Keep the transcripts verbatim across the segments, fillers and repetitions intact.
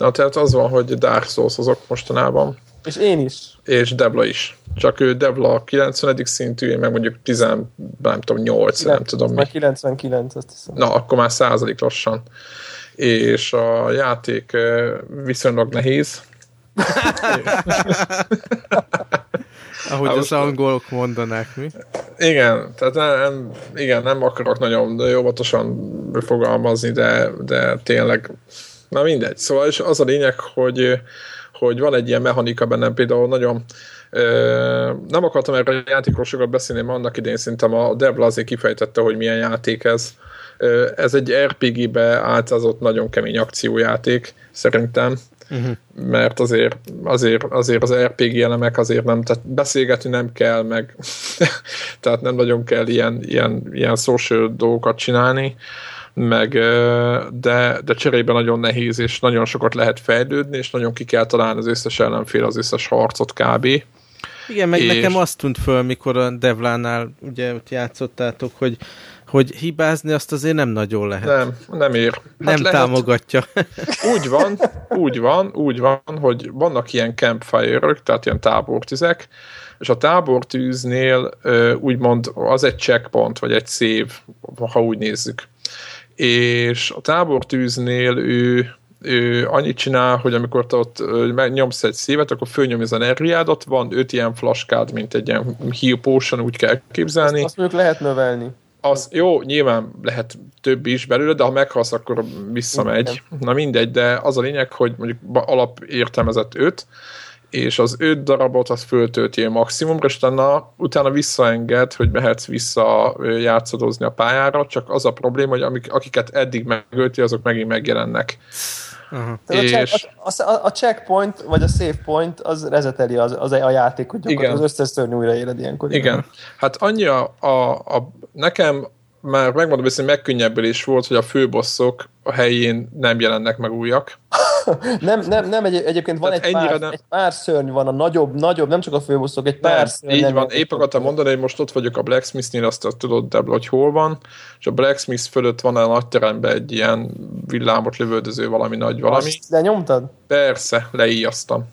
Na, tehát az van, hogy Dark Souls-ozok mostanában. És én is. És Debla is. Csak ő Debla kilencvenedik szintű, én meg mondjuk tíz, nem tudom, nyolc, nem tudom mi. kilencvenkilenc, azt hiszem. Na, akkor már századik lassan. És a játék viszonylag nehéz. Ahogy hát az angolok mondanák, mi? Igen, tehát nem, igen, nem akarok nagyon óvatosan fogalmazni, de, de tényleg, na mindegy. Szóval és az a lényeg, hogy, hogy van egy ilyen mechanika bennem, például nagyon nem akartam erről a játékról sokat beszélni, mert annak idején szerintem a Debla azért kifejtette, hogy milyen játék ez. Ez egy er pé gé-be álcázott nagyon kemény akciójáték, szerintem. Uh-huh. Mert azért, azért, azért az er pé gé elemek azért nem, tehát beszélgetni nem kell, meg tehát nem nagyon kell ilyen, ilyen, ilyen social dolgokat csinálni, meg, de, de cserében nagyon nehéz, és nagyon sokat lehet fejlődni, és nagyon ki kell találni az összes ellenfél, az összes harcot kb. Igen, meg és... nekem azt tűnt föl, mikor a Devlánál ugye ott játszottátok, hogy hogy hibázni azt azért nem nagyon lehet. Nem, nem ér. Hát nem lehet, támogatja. Úgy van, úgy van, úgy van, hogy vannak ilyen campfire-ök, tehát ilyen tábortüzek, és a tábortűznél úgymond az egy checkpoint, vagy egy save, ha úgy nézzük. És a tábortűznél ő, ő annyit csinál, hogy amikor te ott nyomsz egy szévet, akkor fölnyomja az energiádat, van öt ilyen flaskád, mint egy ilyen heal potion, úgy kell képzelni. Azt, azt mondjuk lehet növelni. Az, jó, nyilván lehet több is belőle, de ha meghalsz, akkor visszamegy. Igen. Na mindegy, de az a lényeg, hogy mondjuk alapértelmezett öt, és az öt darabot az föltölti maximumra, és utána, utána visszaenged, hogy mehetsz vissza játszadozni a pályára, csak az a probléma, hogy amik, akiket eddig megölti, azok megint megjelennek. Uh-huh. És... A, check, a, a, a checkpoint, vagy a save point, az rezeteli az, az a játék, hogy az összes szörny újraéled ilyenkor. Igen. Hát annyi a, a, a nekem már megmondom, hogy megkönnyebbülés volt, hogy a főbosszok a helyén nem jelennek meg újak. nem, nem, nem egy, egyébként van egy pár, nem... egy pár szörny van, a nagyobb, nagyobb, nem csak a főbosszok, egy pár nem, szörny. Így nem van, épp akartam mondani, hogy most ott vagyok a Blacksmithnél, azt tudod, Debla, hogy hol van, és a Blacksmith fölött van a nagy teremben egy ilyen villámot lövöldöző valami nagy valami. Azt de nyomtad? Persze, leíjaztam.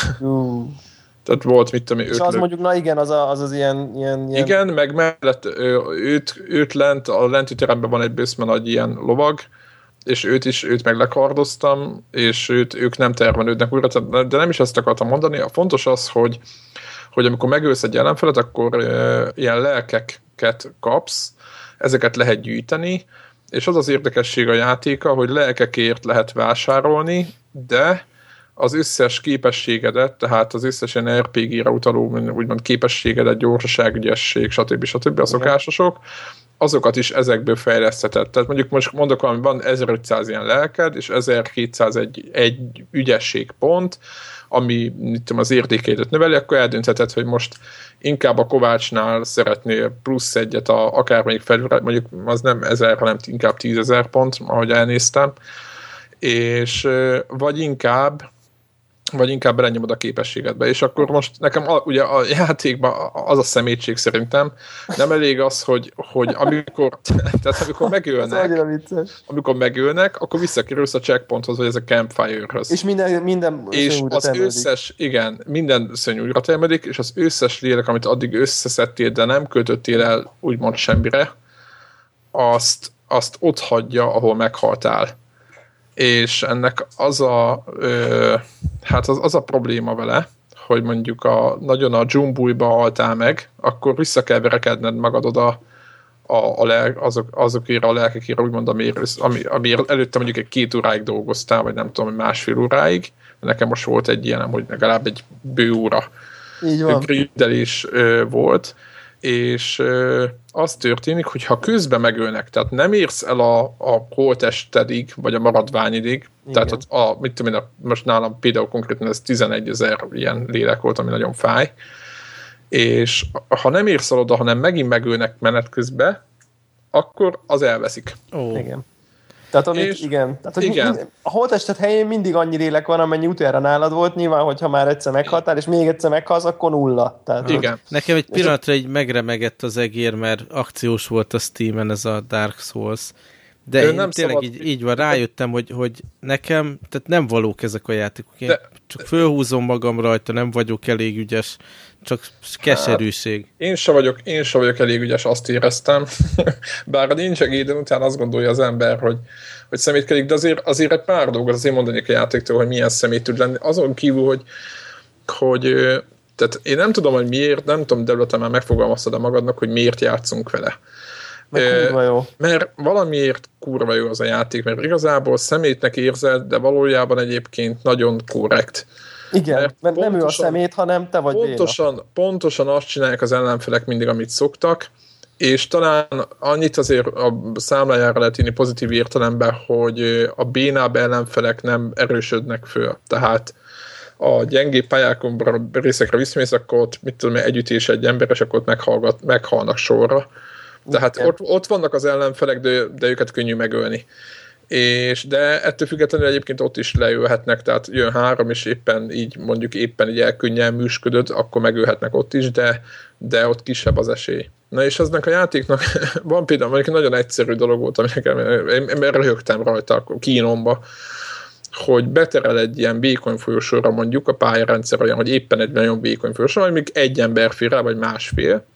Uh. Tehát volt, mit tudom én, és az mondjuk, na igen, az a, az, az ilyen, ilyen, ilyen... Igen, meg mellett őt, őt lent, a lenti teremben van egy bőszme nagy ilyen lovag, és őt is, őt meg lekardoztam, és őt, ők nem termelődnek újra, de nem is ezt akartam mondani. A fontos az, hogy, hogy amikor megölsz egy ellenfelet, akkor e, ilyen lelkeket kapsz, ezeket lehet gyűjteni, és az az érdekesség a játéka, hogy lelkekért lehet vásárolni, de az összes képességedet, tehát az összes ilyen er pé gére utaló, úgymond képességedet, gyorsaság, ügyesség, stb. stb. A szokásosok, azokat is ezekből fejlesztheted. Tehát mondjuk most mondok valami, van ezerötszáz ilyen lelked, és ezerkétszáz egy, egy ügyességpont, ami tudom, az értékeidet növeli, akkor eldöntheted, hogy most inkább a Kovácsnál szeretnél plusz egyet, a, akármelyik felület, mondjuk az nem ezer, hanem inkább tízezer pont, ahogy elnéztem, és vagy inkább vagy inkább belenyomod a képességedbe. És akkor most nekem a, ugye a játékban az a szemétség szerintem nem elég az, hogy, hogy amikor, tehát amikor megölnek, amikor megölnek, akkor visszakerülsz a checkpointhoz, vagy ez a campfire-höz. És minden, minden és az termelik. Összes, igen, minden szörny újra termelik, és az összes lélek, amit addig összeszedtél, de nem költöttél el úgymond semmire, azt, azt ott hagyja, ahol meghaltál. És ennek az a ö, hát az, az a probléma vele, hogy mondjuk a, nagyon a dzsumbújba haltál meg, akkor vissza kell verekedned magad oda a, a lel, azok, azokért a lelkekért, úgymond, amiért, ami, amiért előtte mondjuk egy két óráig dolgoztál, vagy nem tudom, másfél óráig. Nekem most volt egy ilyen, hogy legalább egy bő óra grindelés volt, és ö, az történik, hogy ha közben megölnek, tehát nem érsz el a, a holttestedig, vagy a maradványidig, igen. Tehát a, a, mit tudom én, most nálam például konkrétan ez tizenegyezer ilyen lélek volt, ami nagyon fáj, és ha nem érsz el oda, hanem megint megölnek menet közben, akkor az elveszik. Oh. Igen. Tehát amit, és, igen. Tehát, hogy igen. Mind, a holttestet helyén mindig annyi lélek van, amennyi utoljára nálad volt, nyilván, hogyha már egyszer meghaltál, és még egyszer meghalsz, akkor nulla. Tehát, igen. Nekem egy pillanatra így megremegett az egér, mert akciós volt a Steamen ez a Dark Souls, De én nem tényleg szabad... így, így van, rájöttem, hogy, hogy nekem, tehát nem valók ezek a játékok. Én de... csak fölhúzom magam rajta, nem vagyok elég ügyes, csak keserűség. Hát, én se vagyok, én se vagyok elég ügyes, azt éreztem. Bár a Ninja Gaiden után azt gondolja az ember, hogy, hogy szemétkedik, de azért, azért egy pár dolgot azért mondanék a játéktól, hogy milyen szemét tud lenni. Azon kívül, hogy, hogy tehát én nem tudom, hogy miért, nem tudom, de már megfogalmaztad magadnak, hogy miért játszunk vele. Kurva jó. Mert valamiért kurva jó az a játék, mert igazából szemétnek érzed, de valójában egyébként nagyon korrekt. Igen, mert, mert nem ő a szemét, hanem te vagy pontosan, pontosan azt csinálják az ellenfelek mindig, amit szoktak, és talán annyit azért a számlájára lehet írni pozitív értelemben, hogy a bénább ellenfelek nem erősödnek föl. Tehát a gyengébb pályákon részekre visszamész, akkor ott, mit tudom, egy ütés egy ember, és akkor ott meghallgat, meghalnak sorra. Tehát ott, ott vannak az ellenfelek, de, de őket könnyű megölni. És, de ettől függetlenül egyébként ott is leülhetnek, tehát jön három, és éppen így, mondjuk éppen így elkönnyelműsködött, akkor megölhetnek ott is, de, de ott kisebb az esély. Na és aznak a játéknak van például, mondjuk nagyon egyszerű dolog volt, ami nekem, én, én röhögtem rajta a kínomba, hogy beterel egy ilyen vékony folyosóra mondjuk, a pályarendszer olyan, hogy éppen egy nagyon vékony folyosó, vagy még egy ember fél rá, vagy másfél,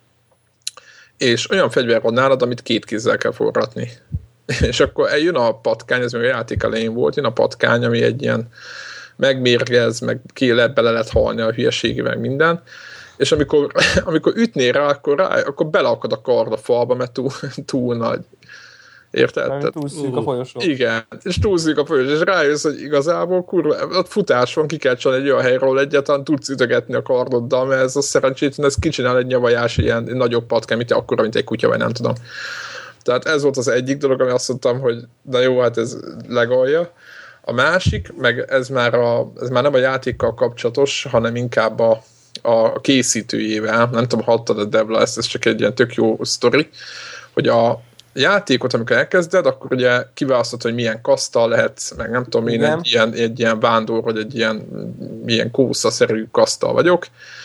és olyan fegyver van nálad, amit két kézzel kell forratni. És akkor eljön a patkány, ez még a játék elején volt, jön a patkány, ami egy ilyen megmérgez, meg ki lehet, bele lehet halni a hülyeségével, meg minden, és amikor, amikor ütnél rá, akkor, rá, akkor beleakad a kard a falba, mert túl, túl nagy. Érted? Túl szűk a folyosó. Igen, és túl szűk a folyosó, és rájössz, hogy igazából kurva, ott futás van, ki kell csinálni egy olyan helyről egyáltalán tudsz ütögetni a kardoddal, mert ez a szerencsétlen, ez kicsinál egy nyavajás ilyen nagyobb patkány, mint akkora, mint egy kutya, vagy nem tudom. Tehát ez volt az egyik dolog, ami azt mondtam, hogy na jó, hát ez legalja. A másik, meg ez már, a, ez már nem a játékkal kapcsolatos, hanem inkább a, a készítőjével. Nem tudom, hallottad a Devla, ez, ez csak egy ilyen tök jó sztori, hogy a játékot, amikor elkezded, akkor ugye kiválasztod, hogy milyen kasztal lehetsz, meg nem tudom, én egy ilyen, egy ilyen vándor, vagy egy ilyen, ilyen kószaszerű kasztal vagyok,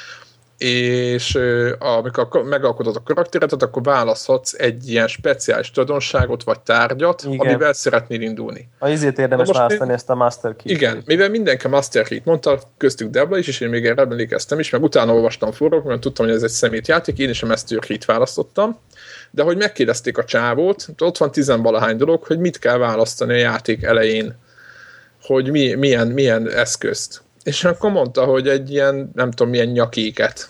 és amikor megalkotod a karakteretet, akkor választhatsz egy ilyen speciális tulajdonságot, vagy tárgyat, igen, amivel szeretnél indulni. A izét érdemes választani, én... ezt a Master Key-t. Igen, mivel mindenki Master Key-t mondta, köztük Debla is, és én még erre emlékeztem is, meg utána olvastam forrók, mert tudtam, hogy ez egy szemétjáték, én is a Master Key-t választottam, de hogy megkérdezték a csávót, ott van tizenvalahány dolog, hogy mit kell választani a játék elején, hogy mi, milyen, milyen eszközt. És akkor mondta, hogy egy ilyen, nem tudom, milyen nyakéket.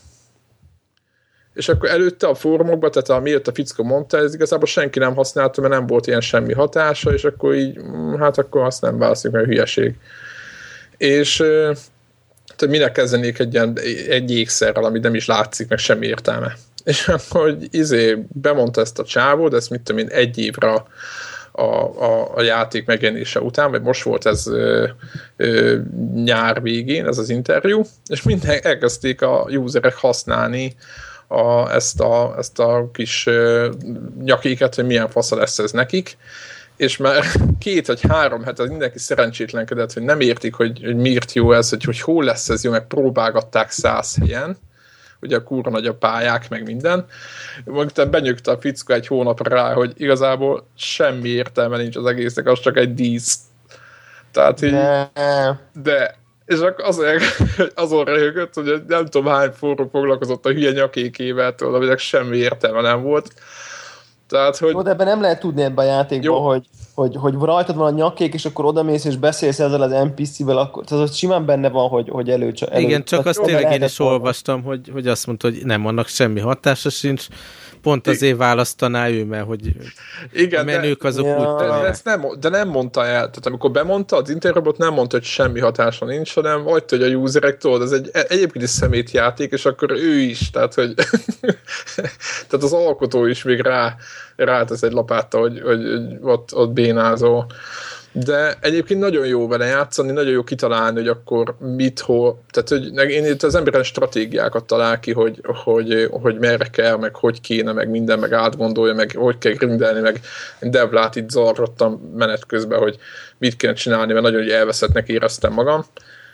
És akkor előtte a fórumokban, tehát amiért a fickó mondta, ez igazából senki nem használta, mert nem volt ilyen semmi hatása, és akkor így, hát akkor azt nem választjuk, mert hülyeség. És tehát minek kezdenék egy ilyen egy ékszerrel, ami nem is látszik, meg semmi értelme. És akkor hogy izé bemondta ezt a csávó, de ezt mit tudom én, egy évre a, a, a játék megjelenése után, vagy most volt ez ö, ö, nyár végén, ez az interjú, és minden elkezdték a userek használni a, ezt, a, ezt a kis ö, nyakéket, hogy milyen fasza lesz ez nekik, és már két vagy három hetet mindenki szerencsétlenkedett, hogy nem értik, hogy, hogy miért jó ez, hogy, hogy hol lesz ez jó, meg próbálgatták száz helyen, ugye a kurva nagy a pályák, meg minden. Utána benyögte a fickó egy hónapra rá, hogy igazából semmi értelme nincs az egésznek, az csak egy dísz. Tehát így, de, és akkor azon, azon röhögött, hogy nem tudom hány fórum foglalkozott a hülye nyakékével, tudod, aminek semmi értelme nem volt. Tehát, hogy... Jó, de ebben nem lehet tudni ebben a játékban, hogy, hogy, hogy rajtad van a nyakék, és akkor odamész és beszélsz ezzel az en pé cé-vel, akkor tehát az simán benne van, hogy, hogy elő, elő... Igen, csak azt tényleg én is olvastam, hogy, hogy azt mondta, hogy nem, annak semmi hatása sincs, pont azért választaná ő, mert hogy igen, a menők de, azok ja. úgy de, de, ezt nem, de nem mondta el, tehát amikor bemondta az interjúbot, nem mondta, hogy semmi hatása nincs, hanem vagy, hogy a userek, tudod, ez egy, egyébként is szemétjáték, és akkor ő is, tehát hogy tehát az alkotó is még rá rátesz egy lapáttal, hogy, hogy, hogy ott, ott bénázol. De egyébként nagyon jó vele játszani, nagyon jó kitalálni, hogy akkor mit, hol, tehát hogy én itt az emberen stratégiákat talál ki, hogy, hogy, hogy merre kell, meg hogy kéne, meg minden, meg átgondolja, meg hogy kell grindelni, meg Devlát itt zarrottam menet közben, hogy mit kéne csinálni, mert nagyon elveszettnek éreztem magam.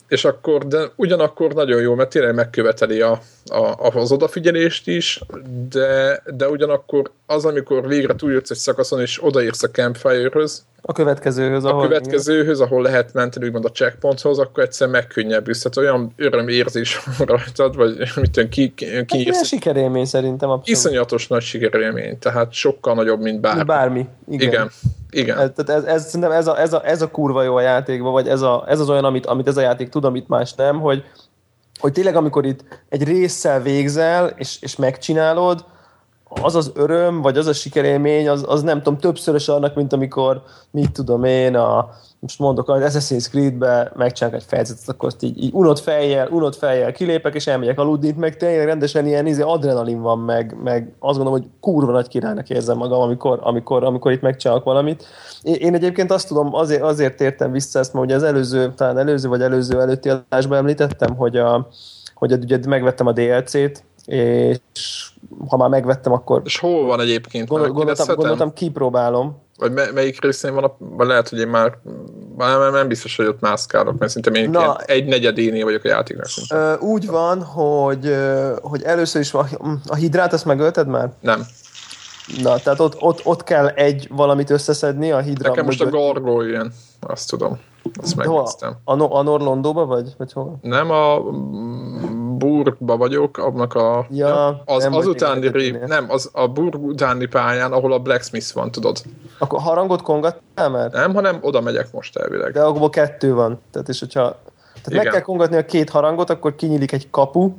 és akkor, de ugyanakkor nagyon jó, mert tényleg megköveteli a, a, az odafigyelést is, de, de ugyanakkor az, amikor végre túljutsz egy szakaszon, és odaérsz a campfire-höz, a következőhöz, ahol, a következőhöz, ahol lehet menteni úgymond a checkponthoz, akkor egyszer megkönnyebbülsz. Tehát olyan örömérzés rajtad, vagy mit tudom, ki, ki, ki hát sikerélmény szerintem. Abszolút. Iszonyatos nagy sikerélmény, tehát sokkal nagyobb, mint bármi. Bármi, igen. Igen. Igen. Ez, ez, ez, ez, a, ez, a, ez a kurva jó a játékban, vagy ez, a, ez az olyan, amit, amit ez a játék tud, amit más nem, hogy, hogy tényleg amikor itt egy résszel végzel, és, és megcsinálod, az az öröm, vagy az a sikerélmény, az, az nem tudom, többszörös annak, mint amikor, mit tudom én, a, most mondok, az Assassin's Creed-be megcsinálok egy fejezetet, akkor azt így, így unott fejjel, unott fejjel kilépek, és elmegyek aludni, meg tényleg rendesen ilyen izé, adrenalin van, meg, meg azt gondolom, hogy kurva nagy királynak érzem magam, amikor, amikor, amikor itt megcsinálok valamit. Én, én egyébként azt tudom, azért, azért értem vissza ezt, mert ugye az előző, talán előző vagy előző előtti adásban említettem, hogy, a, hogy ugye megvettem a dé el cét, és ha már megvettem, akkor... És hol van egyébként? Gondol, gondoltam, gondoltam, kipróbálom. Vagy me- melyik részén van, a, vagy lehet, hogy én már, már nem biztos, hogy ott mászkálok, mert szinte én Na, egy negyedénél vagyok a játéknak. Ö, úgy van, hogy, hogy először is a, a hidrát, azt megölted már? Nem. Na, tehát ott, ott, ott kell egy valamit összeszedni, a hidra... Nekem most a gargoyle, azt tudom. Azt megnéztem. A, a, a Norlondóba vagy? Vagy hol? Nem, a Burgba vagyok, abnak a... Ja, az, az utáni ré, nem, az a Burg utáni pályán, ahol a Blacksmith van, tudod. Akkor harangot kongattál már? Nem, hanem oda megyek most elvileg. De akkor kettő van. Tehát, és hogyha, tehát meg kell kongatni a két harangot, akkor kinyílik egy kapu.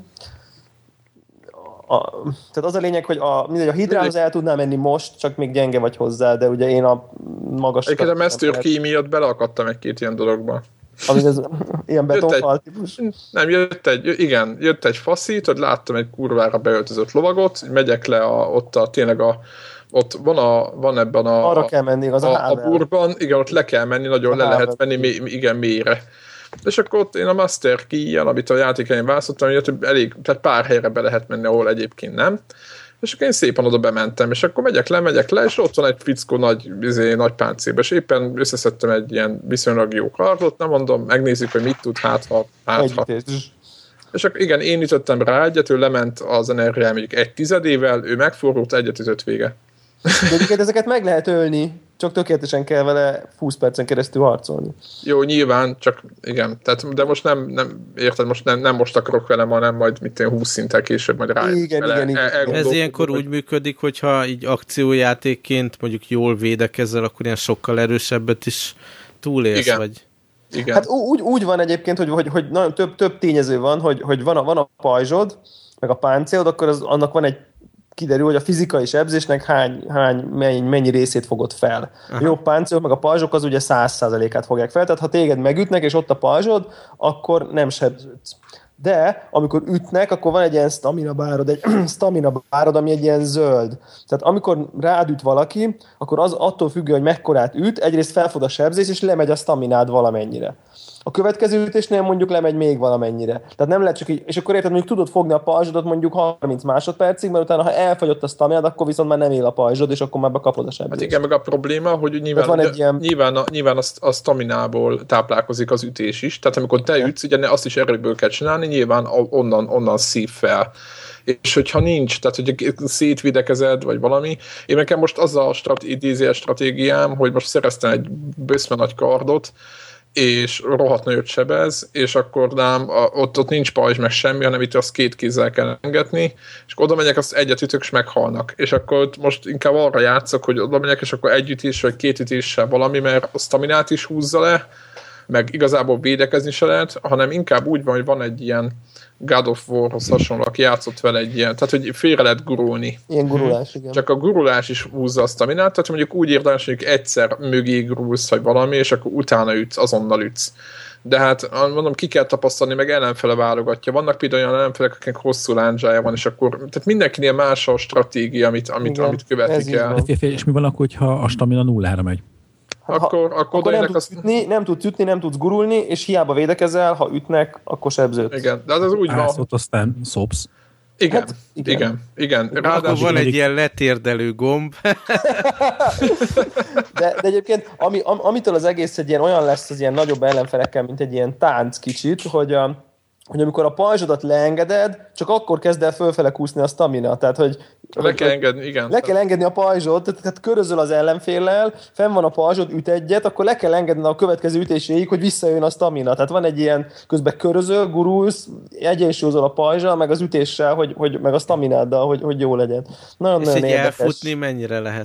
A, tehát az a lényeg, hogy a, mindegy, a hidrához el tudnál menni most, csak még gyenge vagy hozzá, de ugye én a magas... Egyébként a Master Key miatt beleakadtam egy-két ilyen dologba. Ami ez ilyen betonfal típus. Nem, jött egy, igen, jött egy faszit, hogy láttam egy kurvára beöltözött lovagot, megyek le a, ott a, tényleg a, ott van, a, van ebben a... Arra kell menni, az a, a, a burban, igen, ott le kell menni, nagyon a le lehet menni, mély, igen, mélyre. És akkor ott én a Master Key-jel, amit a játékaim választottam, hogy elég, tehát pár helyre be lehet menni, ahol egyébként nem. És akkor én szépen oda bementem, és akkor megyek le, megyek le, és ott van egy fickó nagy, izé, nagy páncélba, és éppen összeszedtem egy ilyen viszonylag jó kardot, nem mondom, megnézzük, hogy mit tud, hát ha, hát ha. És akkor igen, én ütöttem rá egyet, ő lement az energiája mondjuk egy tizedével, ő megfordult, egyet ütött vége. De egyébként ezeket meg lehet ölni, csak tökéletesen kell vele húsz percen keresztül harcolni. Jó, nyilván, csak igen, tehát, de most nem, nem érted, most nem, nem most akarok vele, hanem majd mit én húsz szinten később majd rá. Igen, igen, igen. El, Ez ilyenkor hogy... úgy működik, hogyha így akciójátékként mondjuk jól védekezel, akkor ilyen sokkal erősebbet is túlélsz, igen. vagy... Igen. Hát úgy, úgy van egyébként, hogy, hogy, hogy nagyon több, több tényező van, hogy, hogy van, a, van a pajzsod, meg a páncélod, akkor az, annak van egy kiderül, hogy a fizikai sebzésnek hány, hány mennyi, mennyi részét fogod fel. Aha. Jó páncélok, meg a pajzsok az ugye száz százalékát fogják fel, tehát ha téged megütnek, és ott a pajzsod, akkor nem sebződsz. De amikor ütnek, akkor van egy ilyen stamina bárod, egy stamina bárod, ami egy ilyen zöld. Tehát amikor rád üt valaki, akkor az attól függő, hogy mekkorát üt, egyrészt felfog a sebzés, és lemegy a staminád valamennyire. A következő ütésnél mondjuk lemegy még valamennyire. Tehát nem lehet csak így, és akkor érted, mondjuk tudod fogni a pajzsodot mondjuk harminc másodpercig, mert utána, ha elfagyott a staminád, akkor viszont már nem él a pajzsod, és akkor már bekapod a sebzést. Hát igen, meg a probléma, hogy nyilván, van egy ilyen... nyilván, a, nyilván a, a staminából táplálkozik az ütés is. Tehát amikor te ütsz, ugye azt is erőből kell csinálni, nyilván onnan, onnan szív fel. És hogyha nincs, tehát hogy szétvidekezed, vagy valami, én nekem most az a strat- stratégiám, hogy most szereztem egy böszme nagy kardot, és rohadt nagyot sebez, és akkor nem, ott, ott nincs pajzs meg semmi, hanem itt azt két kézzel kell engetni, és akkor oda megyek, azt egyet ütök, és meghalnak. És akkor most inkább arra játszok, hogy oda megyek, és akkor egy ütés, vagy két ütéssel valami, mert a staminát is húzza le, meg igazából védekezni se lehet, hanem inkább úgy van, hogy van egy ilyen God of War-hoz hasonló, aki játszott vele egy ilyen, tehát hogy félre lehet gurulni. Ilyen gurulás, igen. Csak a gurulás is húzza a staminát, tehát mondjuk úgy érdemes, hogy egyszer mögé gurulsz, vagy valami, és akkor utána ütsz, azonnal ütsz. De hát mondom, ki kell tapasztalni, meg ellenfele válogatja. Vannak például olyan ellenfelek, akik hosszú lándzsája van, és akkor tehát mindenkinél más a stratégia, amit, amit, amit követni kell. És mi van akkor, hogyha a stamina nullára megy? Hát, akkor, akkor, akkor nem, tudsz azt... ütni, nem tudsz ütni, nem tudsz gurulni, és hiába védekezel, ha ütnek, akkor sebződsz. Igen, de az, az úgy van. Állsz ott, aztán szopsz. Igen, hát, igen, igen. igen. Ráadásul van egy ilyen letérdelő gomb. de, de egyébként, ami, am, amitől az egész egy ilyen olyan lesz az ilyen nagyobb ellenfelekkel, mint egy ilyen tánc kicsit, hogy a hogy amikor a pajzsodat leengeded, csak akkor kezd el fölfele kúszni a stamina. Tehát, hogy le kell engedni, igen. Le kell engedni a pajzsot, tehát körözöl az ellenféllel, fenn van a pajzsod, üt egyet, akkor le kell engedni a következő ütéséig, hogy visszajön a stamina. Tehát van egy ilyen, közben körözöl, gurulsz, egyensúlyozol a pajzsal, meg az ütéssel, hogy, hogy, meg a stamináddal, hogy, hogy jó legyen. Nagyon, és nagyon egy érdekes. elfutni mennyire lehet?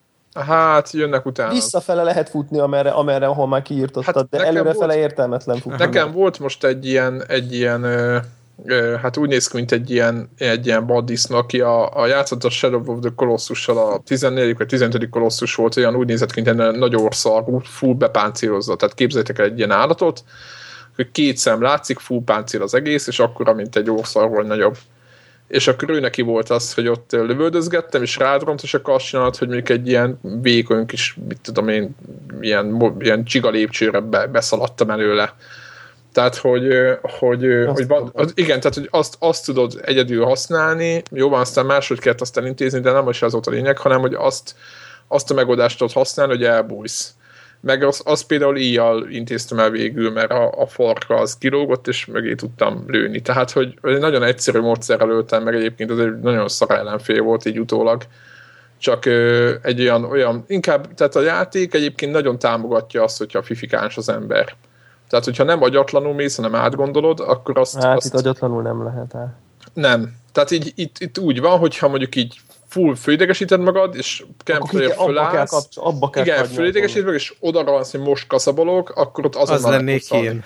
Hát, jönnek utána. Visszafele lehet futni, amerre, amerre ahol már kiírtottad, hát de előrefele értelmetlen futni. Nekem volt most egy ilyen, egy ilyen ö, ö, hát úgy néz ki, mint egy ilyen, egy ilyen baddiszna, aki a, a játszott a Shadow of the Colossussal, a tizennegyedik vagy tizenötödik Colossus volt, olyan úgy nézett ki, mint egy nagy orszarú, full bepáncélozza. Tehát képzeljétek el egy ilyen állatot, hogy két szem látszik, full páncél az egész, és akkora, mint egy orszarról nagyobb. És akkor ő neki volt az, hogy ott lövöldözgettem, és rádromt, és akkor azt csinált, hogy mondjuk egy ilyen vékony kis, mit tudom én, ilyen, ilyen csiga lépcsőre be, beszaladtam előle. Tehát, hogy, hogy, hogy van, az, igen, tehát, hogy azt, azt tudod egyedül használni, jóban aztán máshogy kellett azt elintézni, de nem is az volt a lényeg, hanem, hogy azt, azt a megoldást tudod használni, hogy elbújsz. Meg azt az például íjjal intéztem el végül, mert a, a farka az kilógott, és mögé tudtam lőni. Tehát, hogy egy nagyon egyszerű módszerrel lőttem, meg egyébként ez egy nagyon szar ellenfél volt így utólag. Csak ö, egy olyan, olyan, inkább, tehát a játék egyébként nagyon támogatja azt, hogyha fifikáns az ember. Tehát, hogyha nem agyatlanul mész, hanem átgondolod, akkor azt... Hát azt, itt agyatlanul nem lehet el. Nem. Tehát így, itt, itt úgy van, hogyha mondjuk így full fölidegesíted magad, és campfire fölállsz, kapcs- abba kell igen, fölidegesíted magad, és oda rohansz, hogy most kaszabolok, akkor ott azonnal az lennék én.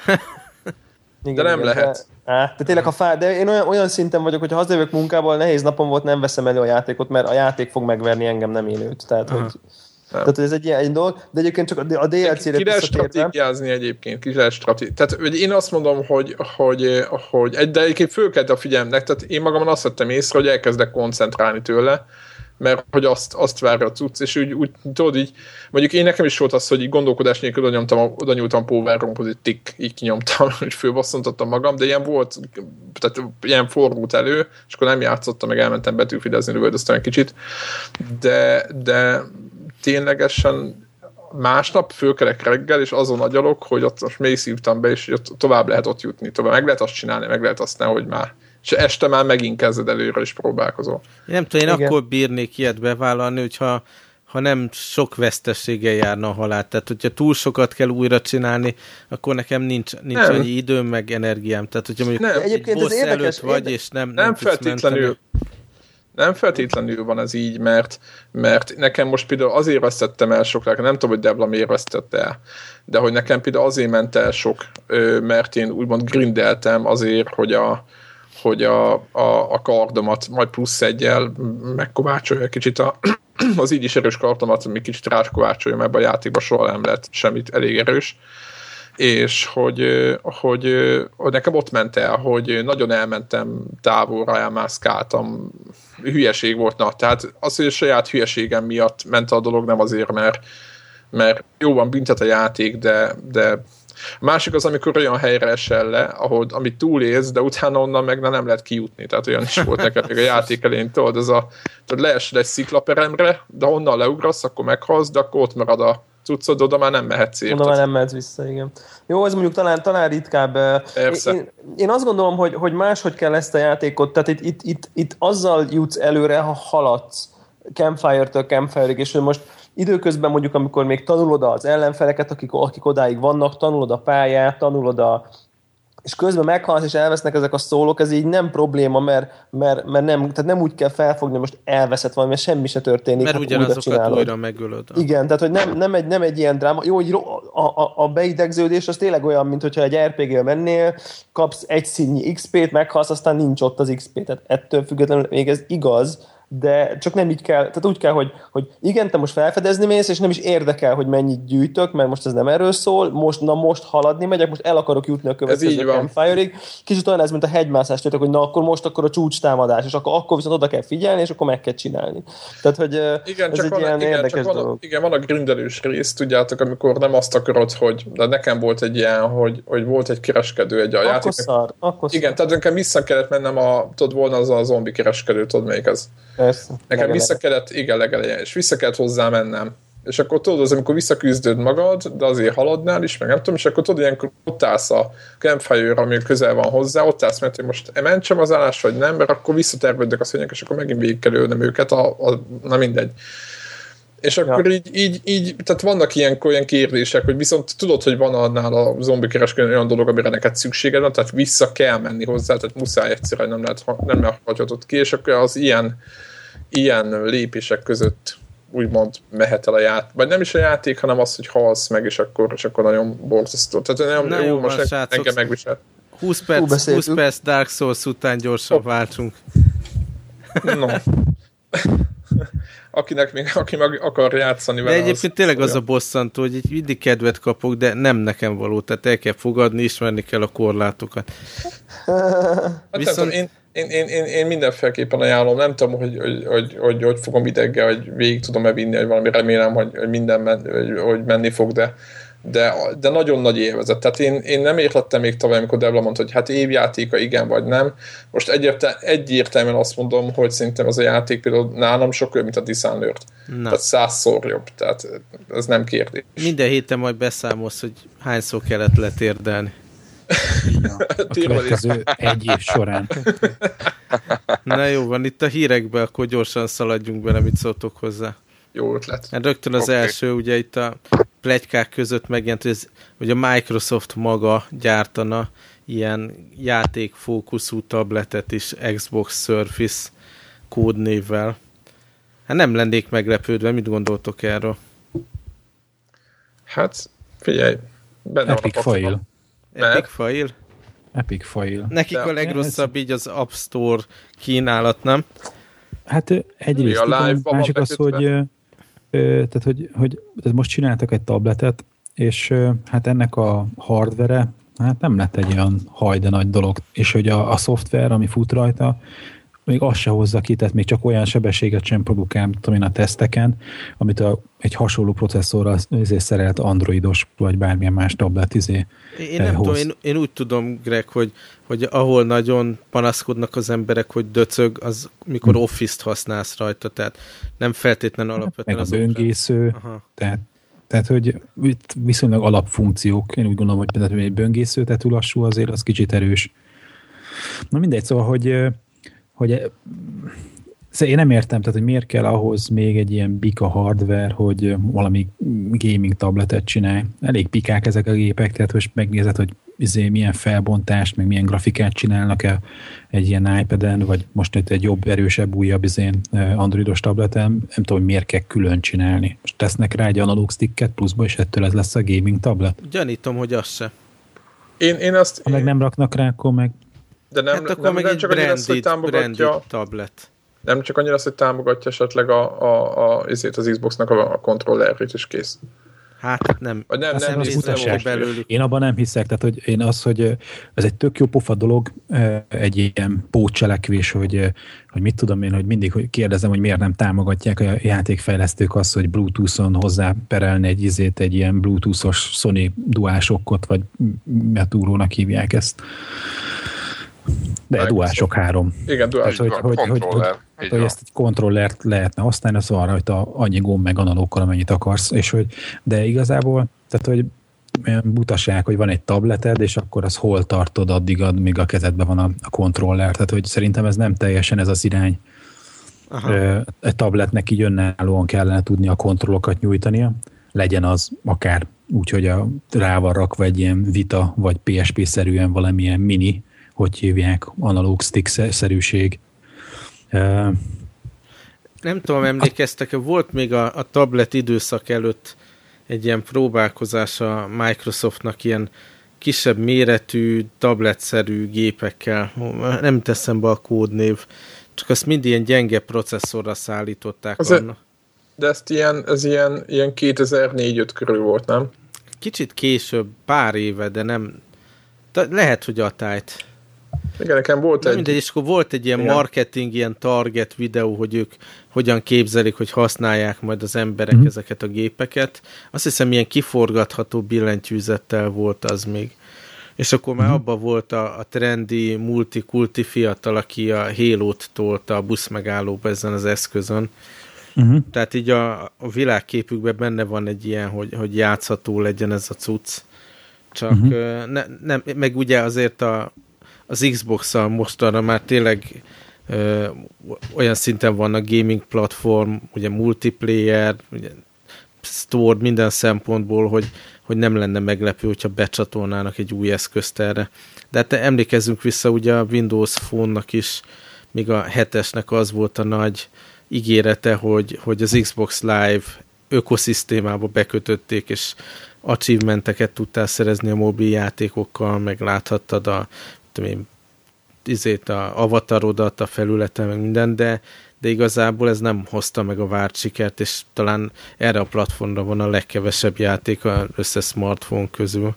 De nem igen, lehet. De, á, de tényleg a fá... de én olyan, olyan szinten vagyok, hogy ha hazajövök munkából, nehéz napom volt, nem veszem elő a játékot, mert a játék fog megverni engem, nem én őt. Tehát, hogy, tehát hogy ez egy ilyen egy dolog, de egyébként csak a dé el cére ki lehet stratégiázni egyébként, ki lehet stratégiázni. Tehát hogy én azt mondom, hogy, hogy, hogy egy, de egyébként fölkelt a figyelmnek, tehát én magamon azt vettem észre, hogy elkezdek koncentrálni tőle, mert hogy azt, azt várja a cucc, és úgy, úgy tudod így, mondjuk én nekem is volt az, hogy így gondolkodás nélkül oda, nyomtam, oda nyúltam Power Romphoz, így tik, így kinyomtam, hogy fölbasszantottam magam, de ilyen volt, tehát ilyen fordult elő, és akkor nem játszottam, meg elmentem betűfidezni, lövöldöztem egy kicsit, de, de ténylegesen másnap fölkelek reggel, és azon agyalok, hogy ott most mély szívtam be, és ott tovább lehet ott jutni, tovább meg lehet azt csinálni, meg lehet azt nem, hogy már és este már megint kezded előre, és próbálkozol. Én nem tudom, én igen. Akkor bírnék ilyet bevállalni, hogyha ha nem sok vesztességgel járna a halál. Tehát, hogyha túl sokat kell újra csinálni, akkor nekem nincs, nincs annyi időm, meg energiám. Tehát, hogyha mondjuk nem. egy boss előtt érdekes, vagy, érdekes. és nem, nem, nem feltétlenül nem feltétlenül van ez így, mert, mert nekem most például azért vesztettem el sok, nem tudom, hogy Debla miért vesztette el, de hogy nekem például azért ment el sok, mert én úgymond grindeltem azért, hogy a hogy a, a, a kardomat majd plusz egyel megkovácsolja kicsit a, az így is erős kardomat, még kicsit ráskovácsolja, mert a játékban soha nem lehet semmit elég erős. És hogy, hogy, hogy nekem ott ment el, hogy nagyon elmentem távolra, elmászkáltam, hülyeség volt. Na, tehát az, hogy a saját hülyeségem miatt ment a dolog, nem azért, mert, mert jó van, büntet a játék, de, de a másik az, amikor olyan helyre esel le, ahol, amit túlélsz, de utána onnan meg nem lehet kijutni. Tehát olyan is volt nekem még a játék elején, tudod, ez a, tudod, leesel egy sziklaperemre, de onnan leugrasz, akkor meghalsz, de akkor ott marad a cuccod, oda már nem mehetsz érted. Oda már nem mehetsz vissza, igen. Jó, ez mondjuk talán, talán ritkább. Én, én azt gondolom, hogy, hogy máshogy kell ezt a játékot, tehát itt, itt, itt, itt azzal jutsz előre, ha haladsz Campfire-től Campfire-ig, és hogy most időközben mondjuk, amikor még tanulod az ellenfeleket, akik, akik odáig vannak, tanulod a pályát, tanulod a... és közben meghalsz, és elvesznek ezek a szólók, ez így nem probléma, mert, mert, mert nem, tehát nem úgy kell felfogni, most elveszett valami, mert semmi se történik. Mert ugyanazokat újra megölöd. Igen, tehát hogy nem, nem, egy, nem egy ilyen dráma. Jó, hogy a, a, a beidegződés az tényleg olyan, mint hogyha egy er pé gé-vel mennél, kapsz egy színnyi iksz pét, meghalsz, aztán nincs ott az iksz pé. Tehát ettől függetlenül még ez igaz, de csak nem így kell, tehát úgy kell, hogy, hogy igen, te most felfedezni mész, és nem is érdekel, hogy mennyit gyűjtök, mert most ez nem erről szól, most, na most haladni megyek, most el akarok jutni a következő campfire-ig. Kicsit olyan ez, mint a hegymászás, tehát, hogy na akkor most akkor a csúcs támadás, és akkor, akkor viszont oda kell figyelni, és akkor meg kell csinálni. Tehát, hogy igen, ez csak egy van, ilyen igen, érdekes csak dolog. van, igen, van a grindelős rész, tudjátok, amikor nem azt akarod, hogy, de nekem volt egy ilyen, hogy, hogy volt egy kereskedő egy a akkor játék. Szar, akkor igen, szar. tehát nekem vissza kellett mennem a, tudod, volna az a zombi kereskedő, tudod még ez. Persze. Nekem legelején. vissza kellett, igen, legelején, és vissza kellett hozzá mennem. És akkor tudod, az, amikor visszaküzdöd magad, de azért haladnál is, meg nem tudom, és akkor tudod, ilyenkor ott állsz a campfire-ra, ami közel van hozzá, ott állsz, mert hogy most mentsem az állás, vagy nem, mert akkor visszatervednek a szőnyek, és akkor megint végig kell ölnöm őket, a, a, na mindegy. És akkor ja. így, így, így, tehát vannak ilyenkor ilyen kérdések, hogy viszont tudod, hogy van annál a zombi kereskedőn olyan dolog, amire neked szükséged van, tehát vissza kell menni hozzá, tehát muszáj egyszerűen, nem lehet, nem lehet hagyhatod ki, és akkor az ilyen, ilyen lépések között úgymond mehet el a játék, vagy nem is a játék, hanem az, hogy halsz meg, és akkor, és akkor nagyon borzasztó. Tehát nagyon Na jó, jó, most van, engem srácok. megvisel. húsz perc, húsz perc Dark Souls után gyorsan oh. váltsunk. No. Akinek még, aki meg akar játszani de vele. egyébként az, tényleg az, az a bosszantó, hogy így mindig kedvet kapok, de nem nekem való, tehát el kell fogadni, ismerni kell a korlátokat. Hát Viszont... tudom, én, én, én, én, én mindenféleképpen ajánlom, nem tudom, hogy hogy, hogy, hogy, hogy fogom ideggel, hogy végig tudom-e vinni, hogy valami remélem, hogy, hogy minden men, hogy, hogy menni fog, de, de, de nagyon nagy élvezet. Tehát én, én nem értettem még tavaly, amikor Debla mondta, hogy hát évjátéka igen vagy nem. Most egyértelműen, egyértelműen azt mondom, hogy szerintem ez a játék például nálam sokkal jobb, mint a Dishonored. Tehát százszor jobb. Tehát ez nem kérdés. Minden héten majd beszámolsz, hogy hányszor kellett letérdelni. Ja, a következő egy év során. Na jó van, itt a hírekbe, akkor gyorsan szaladjunk bele, mit szóltok hozzá. Jó ötlet. Hát rögtön az okay. első, ugye itt a pletykák között megjelent, hogy, ez, hogy a Microsoft maga gyártana ilyen játékfókuszú tabletet is Xbox Surface kódnévvel. Hát nem lennék meglepődve, mit gondoltok erről? Hát, figyelj, benne Epic Fail. Epic Fail? Epic Fail. Nekik a legrosszabb így az App Store kínálat, nem? Hát egyrészt, igen, másik az, hogy, ö, tehát, hogy, hogy tehát most csináltak egy tabletet, és ö, hát ennek a hardvere hát nem lett egy olyan hajde nagy dolog, és hogy a, a szoftver, ami fut rajta, még azt se hozza ki, tehát még csak olyan sebességet sem produkál, tudom én, a teszteken, amit a, egy hasonló processzorral izé szerelt androidos, vagy bármilyen más tablet izé Én nem hoz. tudom, én, én úgy tudom, Greg, hogy, hogy ahol nagyon panaszkodnak az emberek, hogy döcög, az mikor hmm. Office-t használsz rajta, tehát nem feltétlenül alapvetően meg az a böngésző, tehát, tehát, hogy itt viszonylag alapfunkciók, én úgy gondolom, hogy például egy böngésző, tehát lassú azért, az kicsit erős. Na mindegy, szóval, hogy hogy szóval én nem értem, tehát, hogy miért kell ahhoz még egy ilyen bika hardware, hogy valami gaming tabletet csinálj. Elég pikák ezek a gépek, tehát most megnézed, hogy izé milyen felbontást, meg milyen grafikát csinálnak-e egy ilyen iPad-en, vagy most egy jobb, erősebb, újabb izén androidos tableten, nem tudom, hogy miért kell külön csinálni. Most tesznek rá egy analóg sticket pluszba, és ettől ez lesz a gaming tablet. Gyanítom, hogy az se. Én, én azt... Ha meg nem raknak rá, akkor meg de nem, hát akkor nem, meg nem egy csak branded, az, hogy támogatja, tablet. Nem csak annyira az, hogy támogatja esetleg a, a, a, ezért az Xboxnak a, a kontrollerét is kész. Hát nem. Vagy nem, nem, nem, nem belőlük. Én abban nem hiszek, tehát hogy én az, hogy ez egy tök jó pofa dolog, egy ilyen pótcselekvés, hogy, hogy mit tudom én, hogy mindig hogy kérdezem, hogy miért nem támogatják a játékfejlesztők azt, hogy Bluetooth-on hozzáperelni egy izét, egy ilyen Bluetooth-os Sony DualShockot, vagy Metúrónak hívják ezt. De meg DualShock három. Igen, DualShock hogy, hogy, kontroller. Hogy, hogy ezt egy kontrollert lehetne használni, az van rajta annyi gomb meg analókkal, amennyit akarsz, és hogy, de igazából, tehát hogy olyan butaság, hogy van egy tableted, és akkor az hol tartod addig, amíg a kezedben van a, a kontroller. Tehát, hogy szerintem ez nem teljesen ez az irány. Aha. Egy tabletnek így önállóan kellene tudni a kontrollokat nyújtania. Legyen az akár úgy, hogy a, rá van rakva egy ilyen Vita, vagy pé es pé-szerűen valamilyen mini, hogy hívják, analóg stick-szerűség. Uh, Nem tudom, emlékeztek-e, volt még a, a tablet időszak előtt egy ilyen próbálkozás a Microsoftnak ilyen kisebb méretű, tabletszerű gépekkel. Nem teszem be a kódnév. Csak azt mind ilyen gyenge processzorra szállították az annak. De ezt ilyen, ez ilyen, ilyen kétezer-négy-öt körül volt, nem? Kicsit később, pár éve, de nem... De lehet, hogy atályt. Igen, nekem volt de egy... mindegy, és akkor volt egy ilyen igen. marketing, ilyen target videó, hogy ők hogyan képzelik, hogy használják majd az emberek mm. ezeket a gépeket. Azt hiszem, ilyen kiforgatható billentyűzettel volt az még. És akkor már mm. abban volt a, a trendi, multikulti fiatal, aki a Halo-t tolta a buszmegállóba ezen az eszközön. Uh-huh. Tehát így a, a világképükben benne van egy ilyen, hogy, hogy játszható legyen ez a cucc. Csak uh-huh. ne, nem, meg ugye azért a, az Xbox-szal mostanra már tényleg ö, olyan szinten van a gaming platform, ugye multiplayer, ugye store minden szempontból, hogy, hogy nem lenne meglepő, hogyha becsatolnának egy új eszközt erre. De hát emlékezzünk vissza, ugye a Windows Phone-nak is, még a hetesnek az volt a nagy ígérete, hogy, hogy az Xbox Live ökoszisztémába bekötötték, és achievementeket tudtál szerezni a mobil játékokkal, meg láthattad a, tudom én, izét, a avatarodat a felületen, meg minden, de, de igazából ez nem hozta meg a várt sikert, és talán erre a platformra van a legkevesebb játék az összes smartphone közül.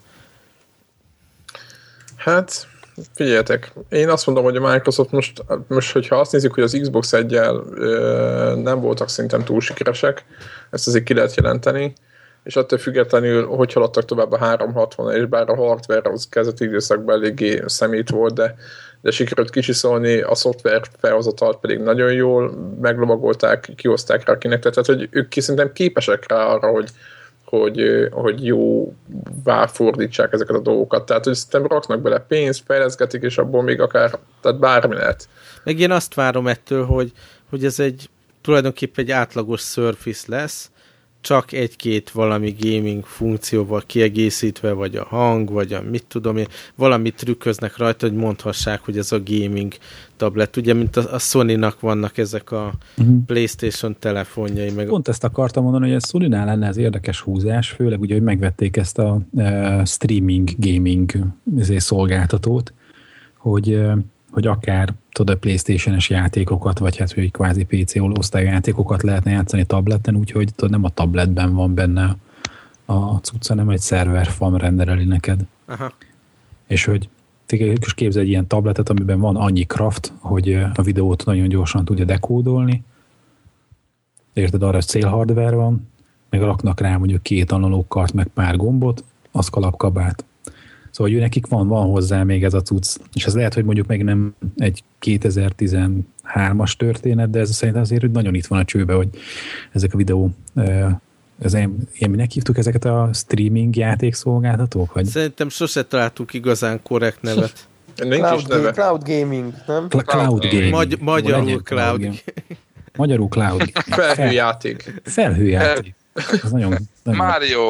Hát... Figyeljetek, én azt mondom, hogy a Microsoft most, most hogyha azt nézzük, hogy az Xbox egyel ö, nem voltak szerintem túl sikeresek, ezt azért ki lehet jelenteni, és attól függetlenül, hogy haladtak tovább a háromszázhatvan, és bár a hardware az kezdeti időszakban eléggé szemét volt, de, de sikerült kicsiszolni, a szoftver felhozatalt pedig nagyon jól meglovagolták, kihozták rá a Kinectet, tehát hogy ők szerintem képesek rá arra, hogy hogy, hogy jóvá fordítsák ezeket a dolgokat. Tehát, hogy szerintem raknak bele pénzt, fejleszgetik, és abból még akár, tehát bármi lehet. Meg én azt várom ettől, hogy, hogy ez egy tulajdonképpen egy átlagos Surface lesz, csak egy-két valami gaming funkcióval kiegészítve, vagy a hang, vagy a mit tudom én, valamit trükköznek rajta, hogy mondhassák, hogy ez a gaming tablet. Ugye, mint a, a Sony-nak vannak ezek a uh-huh. PlayStation telefonjai. Meg Pont ezt akartam mondani, hogy a Sony-nál lenne ez érdekes húzás, főleg ugye, hogy megvették ezt a uh, streaming gaming szolgáltatót, hogy, uh, hogy akár tudod, a PlayStation-es játékokat, vagy hát, hogy kvázi pé cé osztályú játékokat lehetne játszani tableten, úgyhogy tudod, nem a tabletben van benne a cucca, hanem egy szerverfarm rendereli neked. Aha. És hogy és képzel egy ilyen tabletet, amiben van annyi craft, hogy a videót nagyon gyorsan tudja dekódolni. Érted, arra célhardware van, meg raknak rá mondjuk két analóg kart, meg pár gombot, az kalapkabát. Szóval, hogy nekik van, van hozzá még ez a cucc. És ez lehet, hogy mondjuk meg nem egy kétezer-tizenhármas történet, de ez szerintem azért hogy nagyon itt van a csőbe, hogy ezek a videó, ez ilyen, minek hívtuk ezeket a streaming játékszolgáltatók? Vagy? Szerintem sose találtuk igazán korrekt nevet. Cloud, neve. Cloud gaming, nem? Cloud, cloud gaming. Magy- magyarul cloud. cloud. Magyarul cloud. Felhőjáték. Felhőjáték. Ez nagyon, nagyon... Mario.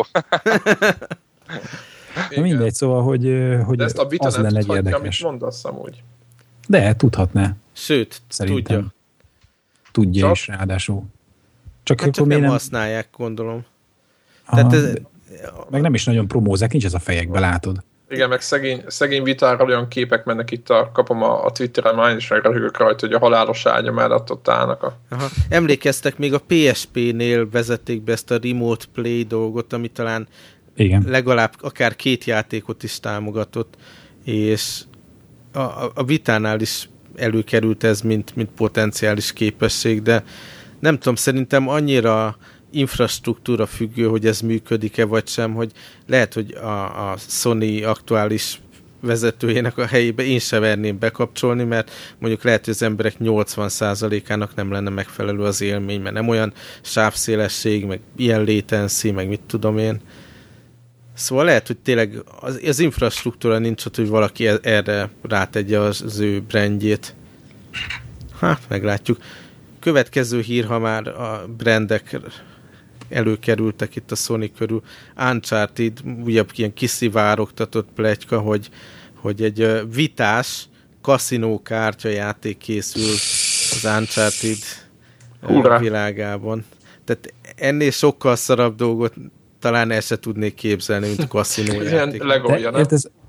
Na mindegy, szóval, hogy, hogy de ezt a vita az nem lenne egy tudhatja, érdekes. amit mondasz amúgy. De, tudhatná. Sőt, szerintem. tudja. Tudja csak? is ráadásul. Csak, hát csak nem, nem használják, gondolom. Aha, Tehát ez... meg nem is nagyon promózák, nincs ez a fejekbe, látod. Igen, meg szegény, szegény vitára olyan képek mennek itt, a, kapom a, a Twitteren, már én is megröhögök rajta, hogy a halálos ágya mellett ott állnak. A... Aha. Emlékeztek, még a pé es pé-nél vezették be ezt a Remote Play dolgot, ami talán igen. legalább akár két játékot is támogatott, és a, a, a vitánál is előkerült ez, mint, mint potenciális képesség, de nem tudom, szerintem annyira infrastruktúra függő, hogy ez működik-e vagy sem, hogy lehet, hogy a, a Sony aktuális vezetőjének a helyébe én sem verném bekapcsolni, mert mondjuk lehet, hogy az emberek nyolcvan százalékának nem lenne megfelelő az élmény, mert nem olyan sávszélesség, meg ilyen latency, meg mit tudom én. Szóval lehet, hogy tényleg az, az infrastruktúra nincs ott, hogy valaki erre rátegye az, az ő brandjét. Hát, meglátjuk. Következő hír, ha már a brandek előkerültek itt a Sony körül. Uncharted, újabb ilyen kiszivárogtatott pletyka, hogy, hogy egy vitás kaszinókártya játék készül az Uncharted Ura. világában. Tehát ennél sokkal szarabb dolgot talán el se tudnék képzelni, mint a kaszinójáték. Ez,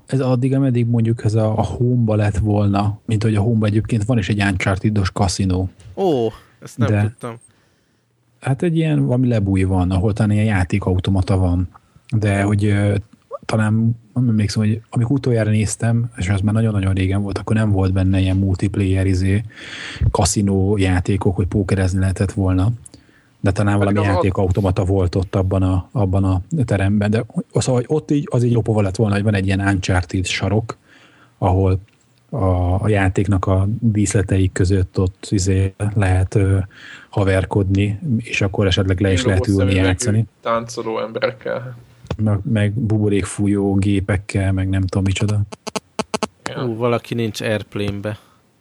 ez addig, ameddig mondjuk ez a, a Home-ba lett volna, mint hogy a Home-ba egyébként van is egy Uncharted-os kaszinó. Ó, ezt nem de, tudtam. Hát egy ilyen valami lebúj van, ahol talán ilyen játékautomata van. De hogy uh, talán, nem emlékszem, hogy amikor utoljára néztem, és az már nagyon-nagyon régen volt, akkor nem volt benne ilyen multiplayer izé, kaszinó játékok, hogy pókerezni lehetett volna. De talán valami a játékautomata volt ott abban a, abban a teremben. De szóval, ott így, az így jobban lett volna, hogy van egy ilyen Uncharted sarok, ahol a, a játéknak a díszleteik között ott izé lehet ö, haverkodni, és akkor esetleg le is lehet ülni játszani. Táncoló emberekkel. Meg, meg buborékfújó gépekkel, meg nem tudom micsoda. Ja. Ú, valaki nincs Airplane-be.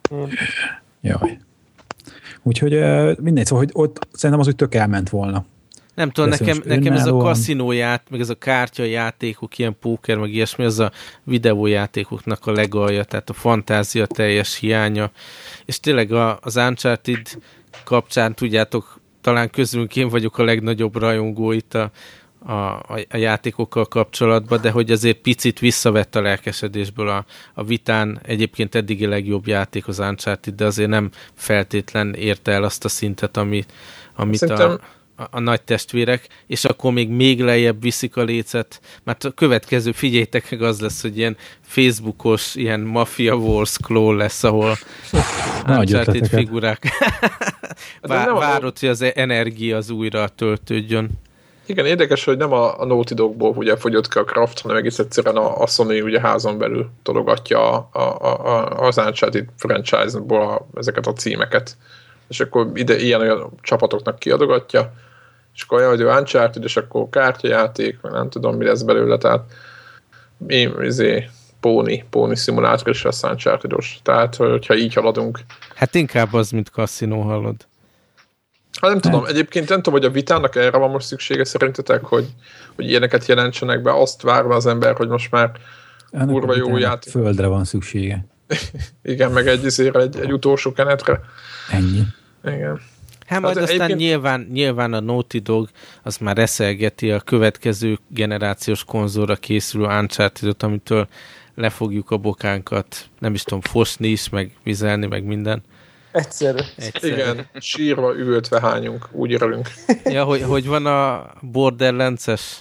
Jaj. Úgyhogy mindegy, szóval, hogy ott szerintem az, hogy tök elment volna. Nem tudom, nekem, nekem ez a kaszinóját, meg ez a kártyajátékok, ilyen póker, meg ilyesmi, az a videójátékoknak a legalja, tehát a fantázia teljes hiánya. És tényleg a, az Uncharted kapcsán, tudjátok, talán közülünk én vagyok a legnagyobb rajongó itt a, a, a játékokkal kapcsolatban, de hogy azért picit visszavett a lelkesedésből a, a vitán. Egyébként eddigi legjobb játék az Uncharted, de azért nem feltétlen érte el azt a szintet, ami, amit Szerintem... a... A, a nagy testvérek, és akkor még még lejjebb viszik a lécet, mert a következő, figyeljétek meg, az lesz, hogy ilyen Facebookos, ilyen Mafia Wars klón lesz, ahol Uncharted figurák Vá- várod, hogy az energia az újra töltődjön. Igen, érdekes, hogy nem a, a Naughty Dogból ugye fogyott ki a Kraft, hanem egész egyszerűen a, a Sony ugye házon belül tologatja a, a, a, az Uncharted franchise-ból a, ezeket a címeket. És akkor ide ilyen-olyan csapatoknak kiadogatja, és akkor olyan, hogy ő Uncharted, és akkor kártyajáték, meg nem tudom, mi lesz belőle, tehát mi, izé, Pony, Pony szimulátor is lesz Uncharted-os. Tehát, hogyha így haladunk. Hát inkább az, mint kaszinó, hallod. Hát nem tudom, egyébként nem tudom, hogy a vitának erre van most szüksége szerintetek, hogy, hogy ilyeneket jelentsenek be, azt várna az ember, hogy most már kurva jó játék. Földre van szüksége. Igen, meg egy, izére, egy, egy utolsó kenetre. Ennyi. Igen. Hát majd aztán egyébként... nyilván, nyilván a Naughty Dog az már reszelgeti a következő generációs konzolra készülő Uncharted-ot, amitől lefogjuk a bokánkat, nem is tudom, fosni is, meg vizelni, meg minden. Egyszerű. Egyszerű. Igen, sírva, üvöltve hányunk, úgy örülünk. Ja, hogy, hogy van a Borderlands-es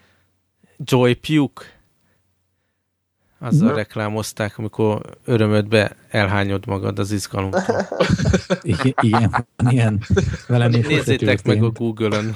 Joy Puke? Azzal no. reklámozták, amikor örömödbe elhányod magad az izgalomtól. Igen, igen, ilyen. Velem nézzétek meg a Google-ön.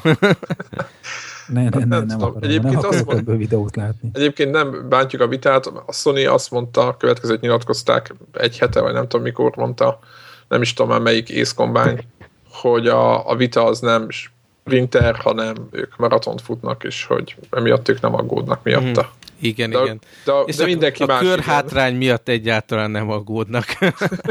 Ne, ne, ne, nem, nem akarom, egyébként nem akarok mond, ebből videót látni. Egyébként nem bántjuk a vitát. A Sony azt mondta, a következőt nyilatkozták egy hete, vagy nem tudom mikor mondta, nem is tudom már melyik Ace Combine, hogy a, a vita az nem sprinter, hanem ők maratont futnak, és hogy emiatt ők nem aggódnak miatta. Mm. Igen, de, igen. De, de, és de mindenki a, más. A körhátrány igen. miatt egyáltalán nem aggódnak. igen.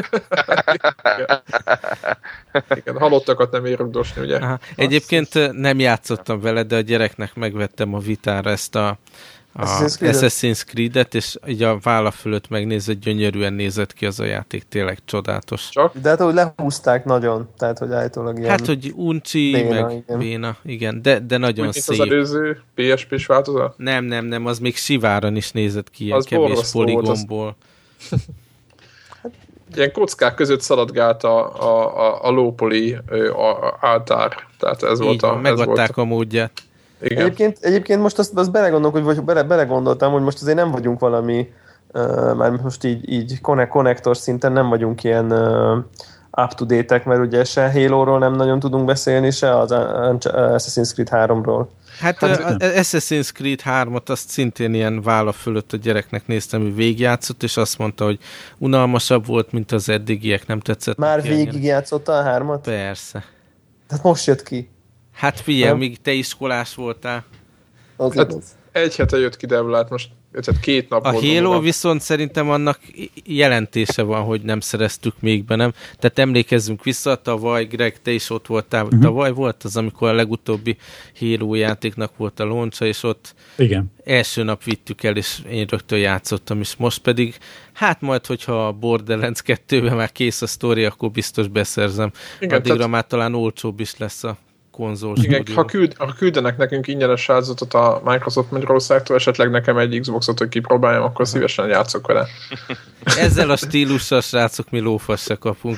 igen, halottakat nem érünk dosni, ugye? Aha. Egyébként nem játszottam vele, de a gyereknek megvettem a vitára ezt a, a Assassin's Creed-et, és így a válla fölött megnézett, gyönyörűen nézett ki az a játék, tényleg csodálatos. Csak? De hát, hogy lehúzták nagyon, tehát, hogy állítólag ilyen... Hát, hogy uncsi, béna, meg igen. béna, igen, de, de nagyon úgy, szép. Az előző pé es pés változat? Nem, nem, nem, az még siváron is nézett ki, ilyen az kevés poligomból. Az... ilyen kockák között szaladgált a, a, a, a lópoli áltár, tehát ez így volt a... Van, megadták volt a módját. Igen. Egyébként, egyébként most azt, azt belegondolok, hogy bele, belegondoltam, hogy most azért nem vagyunk valami, uh, már most így, így konnektor szinten nem vagyunk ilyen uh, up-to-date-ek, mert ugye se Halo-ról nem nagyon tudunk beszélni, se az Assassin's Creed háromról. Hát, hát az Assassin's Creed hármat azt szintén ilyen válla fölött a gyereknek néztem, hogy végigjátszott, és azt mondta, hogy unalmasabb volt, mint az eddigiek, nem tetszett. Már végigjátszotta a hármat? Persze. Tehát most jött ki. Hát figyelj, míg te iskolás voltál. Az hát egy hete jött ki, de hát most tehát két nap a volt. A Halo nap. Viszont szerintem annak jelentése van, hogy nem szereztük még be, nem? Tehát emlékezzünk vissza, tavaly, Greg, te is ott voltál, uh-huh. tavaly volt az, amikor a legutóbbi Halo játéknak volt a launcha, és ott igen. első nap vittük el, és én rögtön játszottam, és most pedig, hát majd, hogyha a Borderlands kettőben már kész a sztori, akkor biztos beszerzem. Igen, addigra tehát... már talán olcsóbb is lesz a konzol Igen, ha, küld, ha küldenek nekünk ingyenes áldozat a Microsoft Magyarországtól, esetleg nekem egy Xboxot, hogy kipróbáljam, akkor Aha. szívesen játszok vele. Ezzel a stílussal, srácok, mi lófasz se kapunk.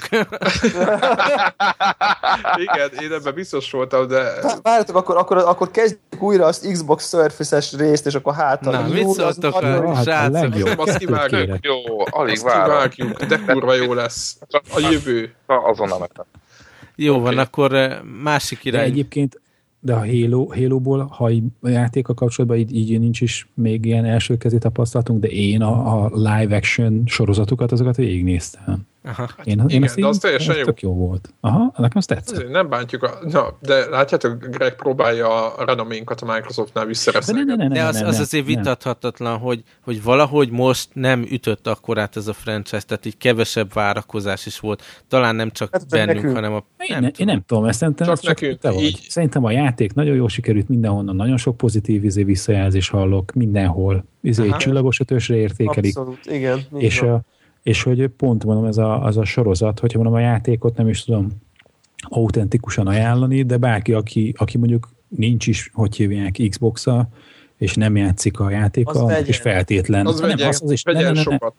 Igen, én ebben biztos voltam, de... Várjátok, akkor, akkor, akkor kezdjük újra az Xbox Surface-es részt, és akkor hátra... Na, mit szóltok a srácok? Azt kivágjuk. Jó, alig várom. De kurva jó lesz. A jövő. Azonnal mentem. Jó okay. van, akkor másik irány. De egyébként, de a Halo, Halo-ból, ha a játéka kapcsolatban így, így nincs is még ilyen elsőkezi tapasztalatunk, de én a, a live action sorozatokat, azokat végignéztem. Aha. Én, én igen, azt de az teljesen jó. Tök jó volt. Aha, nekem azt tetszett. Azért nem bántjuk, a, na, de látjátok, Greg próbálja a renoménkat a Microsoftnál visszareszelni. De, ne, ne, ne, de az, az azért vitathatatlan, hogy, hogy valahogy most nem ütött akkorát ez a franchise, tehát így kevesebb várakozás is volt. Talán nem csak hát, bennünk, nekünk. hanem a... Én nem, ne, én nem tudom, ezt szerintem, csak, csak te vagy. Szerintem a játék nagyon jól sikerült mindenhonnan, nagyon sok pozitív izé visszajelzés hallok, mindenhol. Izé csillagos ötösre értékelik. Abszolút, igen. És a És hogy pont mondom, ez a, az a sorozat, hogyha mondom, a játékot nem is tudom autentikusan ajánlani, de bárki, aki, aki mondjuk nincs is, hogy hívják, Xbox-a, és nem játszik a játékkal, és feltétlen. Az nem, vegyen, az, az is, vegyen ne, ne, ne, sokat.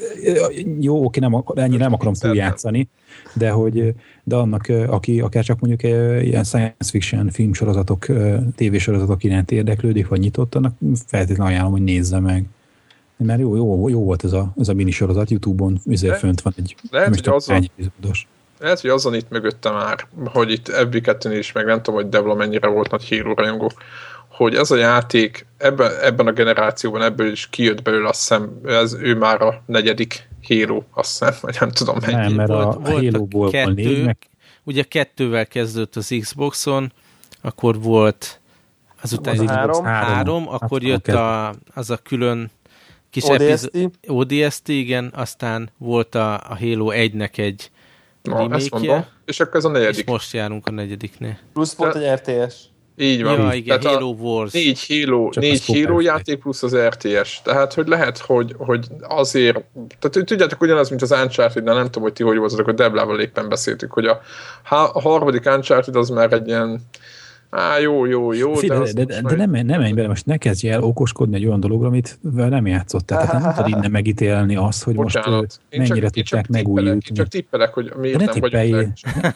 Jó, oké, nem, ennyi nem akarom túljátszani, de hogy de annak, aki akár csak mondjuk ilyen science fiction filmsorozatok, tévésorozatok iránt érdeklődik, vagy nyitott, annak feltétlenül ajánlom, hogy nézze meg. Mert jó, jó, jó volt ez a, ez a minisorozat, YouTube-on ezért fönt van egy lehet, hogy azon, epizódos. Lehet, hogy azon itt mögötte már, hogy itt F B kettőnél is, meg nem tudom, hogy Devla mennyire volt nagy Halo rajongó, hogy ez a játék ebben, ebben a generációban ebből is kijött belőle, azt hiszem, ez ő már a negyedik Halo, azt hiszem, vagy nem tudom mennyi. Nem, mert volt, a Halo-ból kettő, van négy, meg... Ugye kettővel kezdődött az Xboxon, akkor volt azután az három, három, három akkor jött a, az a külön kis O D S T. Epiz- O D S T, igen, aztán volt a, a Halo egynek egy remake-je, és akkor ez a negyedik. És most járunk a negyediknél. Plusz volt egy R T S. Így van. Ja, igen, tehát Halo Wars. Négy Halo, négy Halo játék plusz az R T S. Tehát, hogy lehet, hogy, hogy azért, tehát tudjátok ugyanaz, mint az Uncharted, de nem tudom, hogy ti hogy voltatok, hogy Deblával éppen beszéltük, hogy a, a harmadik Uncharted az már egy ilyen Á, jó, jó, jó. Fide, de, de, de, de nem, nem menj bele, most ne kezdj el okoskodni egy olyan dologra, amit nem játszottál. Tehát nem tudod innen megítélni azt, hogy Bocsánat. most én mennyire csak, tudták megújulni. Én csak tippelek, hogy miért ne nem vagyok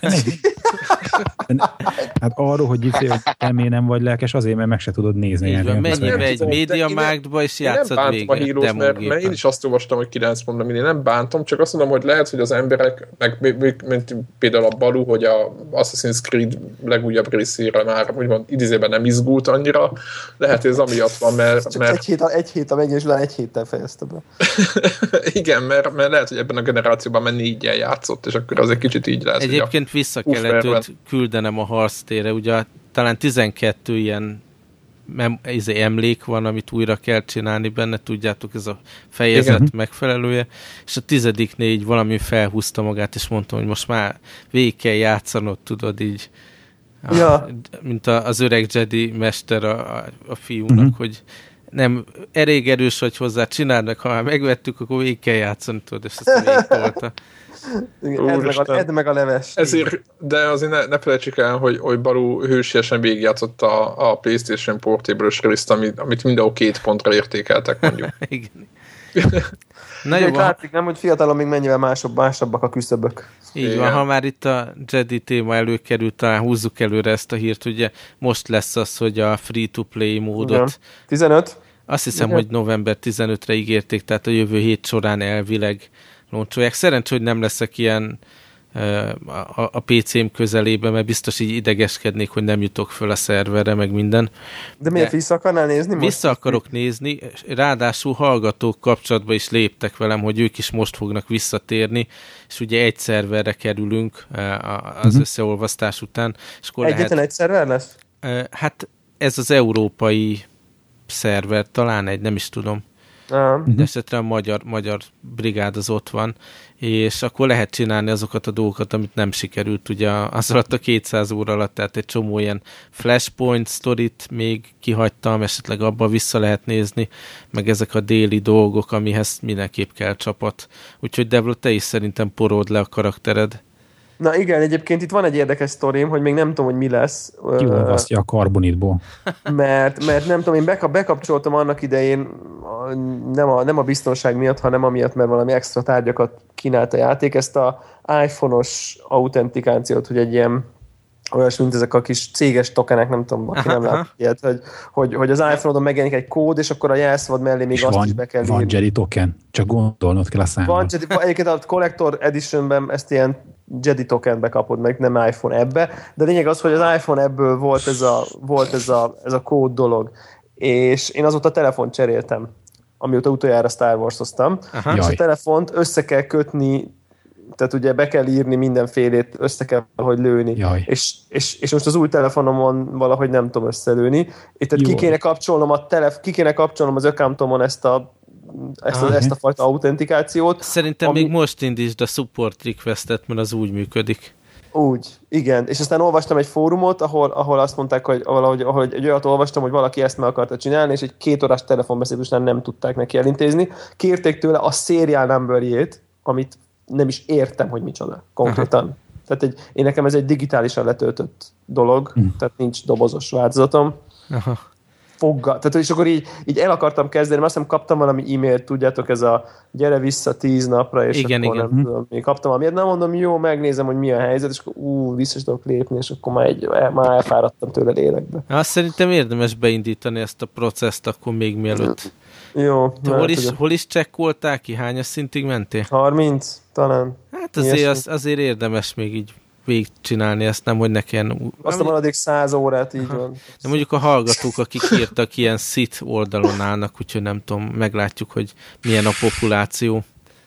Hát arról, hogy itt emé nem vagy lelkes, azért, mert meg se tudod nézni. Így van, menj be egy MediaMarktba, és játszad végig a mert, mert én is azt olvastam, hogy kilenc pont, én nem bántom, csak azt mondom, hogy lehet, hogy az emberek, meg mint például a Balú, hogy a Assassin's Creed legújabb részére már úgymond idézőben nem izgult annyira, lehet, hogy ez amiatt van, mert... Csak mert... egy hét, egy hét a megjelenés után egy héttel fejezte be. Igen, mert, mert lehet, hogy ebben a generációban már négyen játszott, és akkor az egy kicsit így lesz. Egyébként vissza kellett őt küldenem a harctérre, ugye talán tizenkettő ilyen mem- emlék van, amit újra kell csinálni benne, tudjátok, ez a fejezet igen. megfelelője, és a tizediknél így valami felhúzta magát, és mondtam, hogy most már végig kell játszanod, tudod, így a, ja. mint a, az öreg Jedi mester a, a, a fiúnak, uh-huh. hogy nem elég erős, hogy hozzá csinálnak, ha már megvettük, akkor végig kell játszani, tudod, és ezt végig tolta. Edd meg, a, edd meg a leves. Ezért, de azért ne, ne felejtsük el, hogy, hogy Balú hősiesen végigjátszott a, a PlayStation Portable-ös részt, amit, amit mindenhol két pontra értékeltek, mondjuk. Igen. Na jó, látszik, nem, hogy fiatalon még mennyivel másabb, másabbak a küszöbök. Így igen. van, ha már itt a Jedi téma előkerült, talán húzzuk előre ezt a hírt, ugye most lesz az, hogy a free-to-play módot. Igen. tizenöt Azt hiszem, igen. hogy november tizenötödikére ígérték, tehát a jövő hét során elvileg launcholják. Szerencsé, hogy nem leszek ilyen a, a pé cém közelében, mert biztos így idegeskednék, hogy nem jutok föl a szerverre, meg minden. De miért De vissza akarnál nézni? Most? Vissza akarok nézni, ráadásul hallgatók kapcsolatba is léptek velem, hogy ők is most fognak visszatérni, és ugye egy szerverre kerülünk az uh-huh. összeolvasztás után. És egyetlen lehet, egy szerver lesz? Hát ez az európai szerver, talán egy, nem is tudom. Uh-huh. De esetre a magyar, magyar brigád az ott van, és akkor lehet csinálni azokat a dolgokat, amit nem sikerült ugye az alatt a kétszáz óra alatt, tehát egy csomó ilyen Flashpoint sztorit még kihagytam, esetleg abba vissza lehet nézni, meg ezek a déli dolgok, amihez mindenképp kell csapat. Úgyhogy Devla, te is szerintem porold le a karaktered. Na igen, egyébként itt van egy érdekes sztorim, hogy még nem tudom, hogy mi lesz. Kiolvasztja a karbonitból. Mert, mert nem tudom, én beka- bekapcsoltam annak idején, nem a, nem a biztonság miatt, hanem amiatt, mert valami extra tárgyakat kínált a játék, ezt a iPhone-os autentikációt, hogy egy ilyen olyasmi, mint ezek a kis céges tokenek, nem tudom, aki nem lát ilyet, hogy, hogy, hogy az iPhone-odon megjelenik egy kód, és akkor a jelszavad mellé még és azt van, is be kell írni. Van Jedi token, csak gondolnod kell a számot. Van Jedi, egyébként a Collector Editionben ezt ilyen Jedi tokenbe kapod meg, nem iPhone ebbe, de lényeg az, hogy az iPhone ebből volt ez a, volt ez a, ez a kód dolog, és én azóta telefont cseréltem, amióta utoljára Star Wars-oztam, és a telefont össze kell kötni, tehát ugye be kell írni mindenfélét, össze kell hogy lőni. És, és, és most az új telefonomon valahogy nem tudom összelőni. Itt ki kéne kapcsolnom a telef- ki kéne kapcsolnom az accountomon ezt a ezt a, ezt a fajta autentikációt. Szerintem ami... még most indítsd a support requestet, mert az úgy működik. Úgy, igen. És aztán olvastam egy fórumot, ahol, ahol azt mondták, hogy valahogy, ahol egy, egy olyat olvastam, hogy valaki ezt meg akarta csinálni, és egy két órás telefonbeszélésben nem tudták neki elintézni. Kérték tőle a serial numberjét, amit nem is értem, hogy micsoda konkrétan. Aha. Tehát egy, én nekem ez egy digitálisan letöltött dolog, hm. tehát nincs dobozos változatom. Aha. Fogga. Tehát, és akkor így, így el akartam kezdeni, mert azt hiszem kaptam valami e-mailt, tudjátok, ez a gyere vissza tíz napra, és igen, akkor igen. nem tudom, én kaptam amiért, nem mondom, jó, megnézem, hogy mi a helyzet, és akkor ú, vissza tudok lépni, és akkor már, egy, már elfáradtam tőle lélekbe. Azt szerintem érdemes beindítani ezt a processzt, akkor még mielőtt. Jó. Hol is, hol is csekkoltál ki? Hányas szintig mentél? harminc, talán. Hát azért, az, azért érdemes még így végigcsinálni ezt, nem, hogy ne kelljen... Azt a maradék száz órát, így van. De mondjuk a hallgatók, akik írtak, ilyen szit oldalon állnak, úgyhogy nem tudom, meglátjuk, hogy milyen a populáció.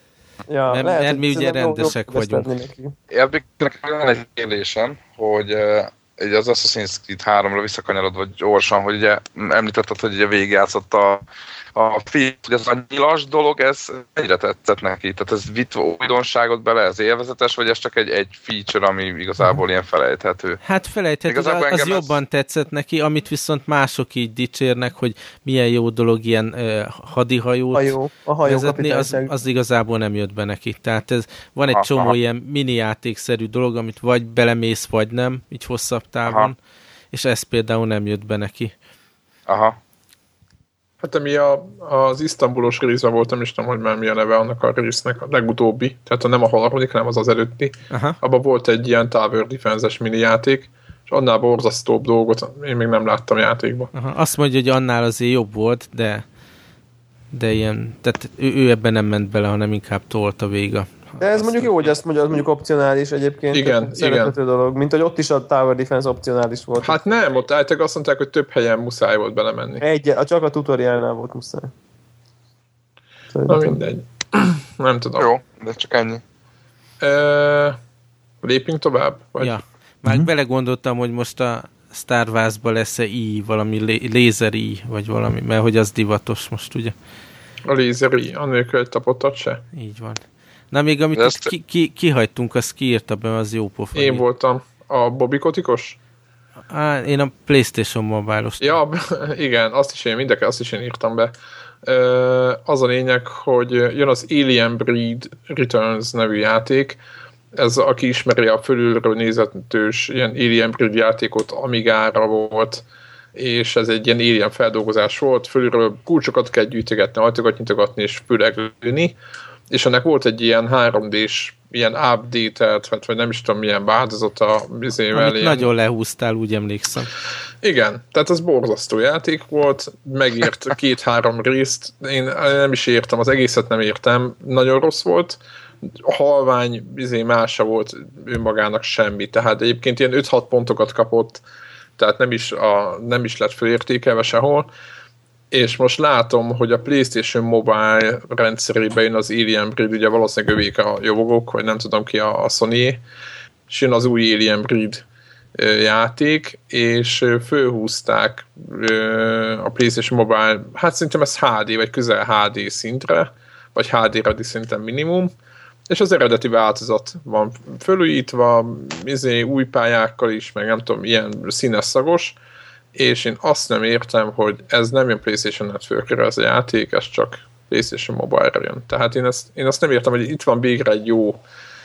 Ja, mert, lehet, mert mi ugye rendesek jó, vagyunk. Nekem van egy kérdésem, hogy uh, az Assassin's Creed háromra visszakanyarodva gyorsan, hogy ugye említetted, hogy ugye végigjátszott a a film, hogy ez a nyilas dolog, ez egyre tetszett neki. Tehát ez vitt újdonságot bele, ez élvezetes, vagy ez csak egy, egy feature, ami igazából ilyen felejthető? Hát felejthető, az, az jobban ez... tetszett neki, amit viszont mások így dicsérnek, hogy milyen jó dolog ilyen uh, hadihajót hajó, a hajó vezetni, az, az igazából nem jött be neki. Tehát ez, van egy aha, csomó aha. ilyen mini játékszerű dolog, amit vagy belemész, vagy nem, így hosszabb távon, aha. és ez például nem jött be neki. Aha. Hát ami a, az isztambulos részben volt, nem is tudom, hogy már mi a neve annak a résznek, a legutóbbi, tehát nem a harmadik, hanem az az előtti. Aha. Abban volt egy ilyen Tower Defense-es mini játék, és annál borzasztóbb dolgot én még nem láttam játékban. Aha. Azt mondja, hogy annál azért jobb volt, de, de ilyen, tehát ő, ő ebben nem ment bele, hanem inkább tolta vége. De ez mondjuk jó, hogy ezt mondja, az mondjuk opcionális egyébként. Igen, igen. Dolog, mint hogy ott is a Tower Defense opcionális volt. Hát nem, ott álltak azt mondták, hogy több helyen muszáj volt belemenni. Egy, csak a tutoriálnál volt muszáj. Szerintem. Na mindegy. Nem tudom. Jó, de csak ennyi. E, lépjünk tovább? Vagy? Ja, már mm-hmm. belegondoltam, hogy most a Star Wars-ba lesz-e i, valami lé- lézer i, vagy valami, mert hogy az divatos most, ugye? A lézer i, annélkül egy tapottat se? Így van. Na még amit ezt... ki, ki, kihagytunk, azt kiírta be, az jó pofa. Én voltam. A Bobby Kotikos? Á, én a PlayStation Mobile-os. Ja, igen, azt is én, mindenki, azt is én írtam be. Az a lényeg, hogy jön az Alien Breed Returns nevű játék. Ez, aki ismeri a fölülről nézetős ilyen Alien Breed játékot, Amigára volt, és ez egy ilyen alien feldolgozás volt. Fölülről kulcsokat kell gyűjtögetni, ajtókat nyitogatni, és főleg lőni. És ennek volt egy ilyen három dés, ilyen update-et, vagy nem is tudom milyen változata. Bizével, amit ilyen... nagyon lehúztál, úgy emlékszem. Igen, tehát ez borzasztó játék volt, megírt két-három részt, én nem is értem, az egészet nem értem, nagyon rossz volt, a halvány bizé mása volt önmagának semmi, tehát egyébként ilyen öt-hat pontokat kapott, tehát nem is, a, nem is lett fölértékelve sehol, és most látom, hogy a PlayStation Mobile rendszerében jön az Alien Breed, ugye valószínűleg övék a jogok, vagy nem tudom ki a, a Sony, és jön az új Alien Breed játék, és fölhúzták a PlayStation Mobile, hát szerintem ez há dé, vagy közel há dé szintre, vagy há dé ready szerintem minimum, és az eredeti változat van fölújítva, izé, új pályákkal is, meg nem tudom, ilyen színes szagos, és én azt nem értem, hogy ez nem jön PlayStation Networkre ez a játék, ez csak PlayStation Mobile-ra jön. Tehát én ezt, én azt nem értem, hogy itt van végre egy jó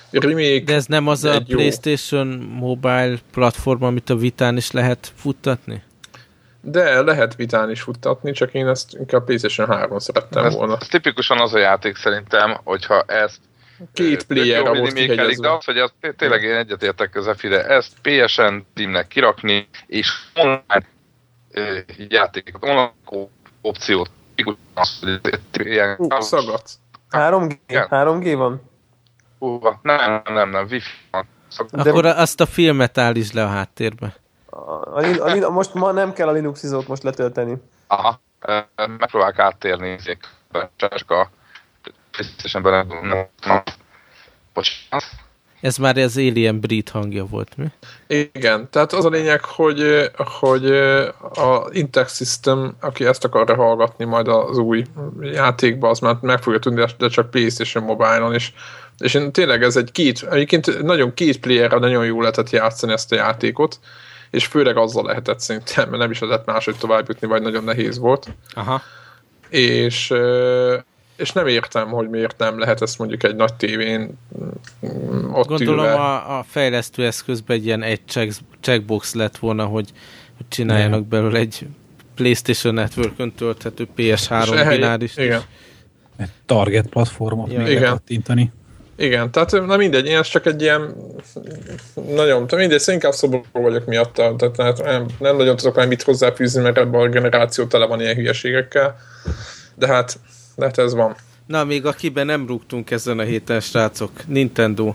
remake. De ez nem az a jó. PlayStation Mobile platform, amit a Vitán is lehet futtatni? De lehet Vitán is futtatni, csak én ezt inkább PlayStation háromon szerettem ez, volna. Ez tipikusan az a játék szerintem, hogyha ezt Két playerre volt kihegyezve. De az, hogy az, tényleg én egyetértek az Zephyre, ezt pé es en Teamnek kirakni, és online uh, játékot, online opciót, az, hogy ilyen... Uh, szagadsz. három gé? három gé van? Uh, nem, nem, nem, Wi-Fi van. Akkor de... azt a filmet állítsd le a háttérbe. A, a, a, most ma nem kell a Linuxizót most letölteni. Aha, megpróbálok áttérni, csak a PlayStation-ben nem tudom. Bocsánat. Ez már az Alien Breed hangja volt, mi? Igen, tehát az a lényeg, hogy, hogy a Intex System, aki ezt akarja hallgatni majd az új játékba, az már meg fogja tudni, de csak PlayStation Mobile-on is. És én, tényleg ez egy két, egyébként nagyon két playerre nagyon jól lehetett játszani ezt a játékot, és főleg azzal lehetett szerintem, mert nem is lehetett máshogy tovább jutni, vagy nagyon nehéz volt. Aha. És, és nem értem, hogy miért nem lehet ezt mondjuk egy nagy tévén ott Gondolom ülve. a, a fejlesztő eszközben egy ilyen egy check, checkbox lett volna, hogy, hogy csináljanak nem. belőle egy PlayStation Network-ön tölthető pé es három bináris. Igen. Target platformot ja. még igen. lehet kattintani. Igen, tehát na mindegy, én ez csak egy ilyen nagyon, mindegy, szóval inkább szomorú vagyok miatta, tehát nem, nem nagyon tudok már mit hozzáfűzni, mert ebben a generáció tele van ilyen hülyeségekkel, de hát, de hát ez van. Na, még akiben nem rúgtunk ezen a héten, srácok, Nintendo.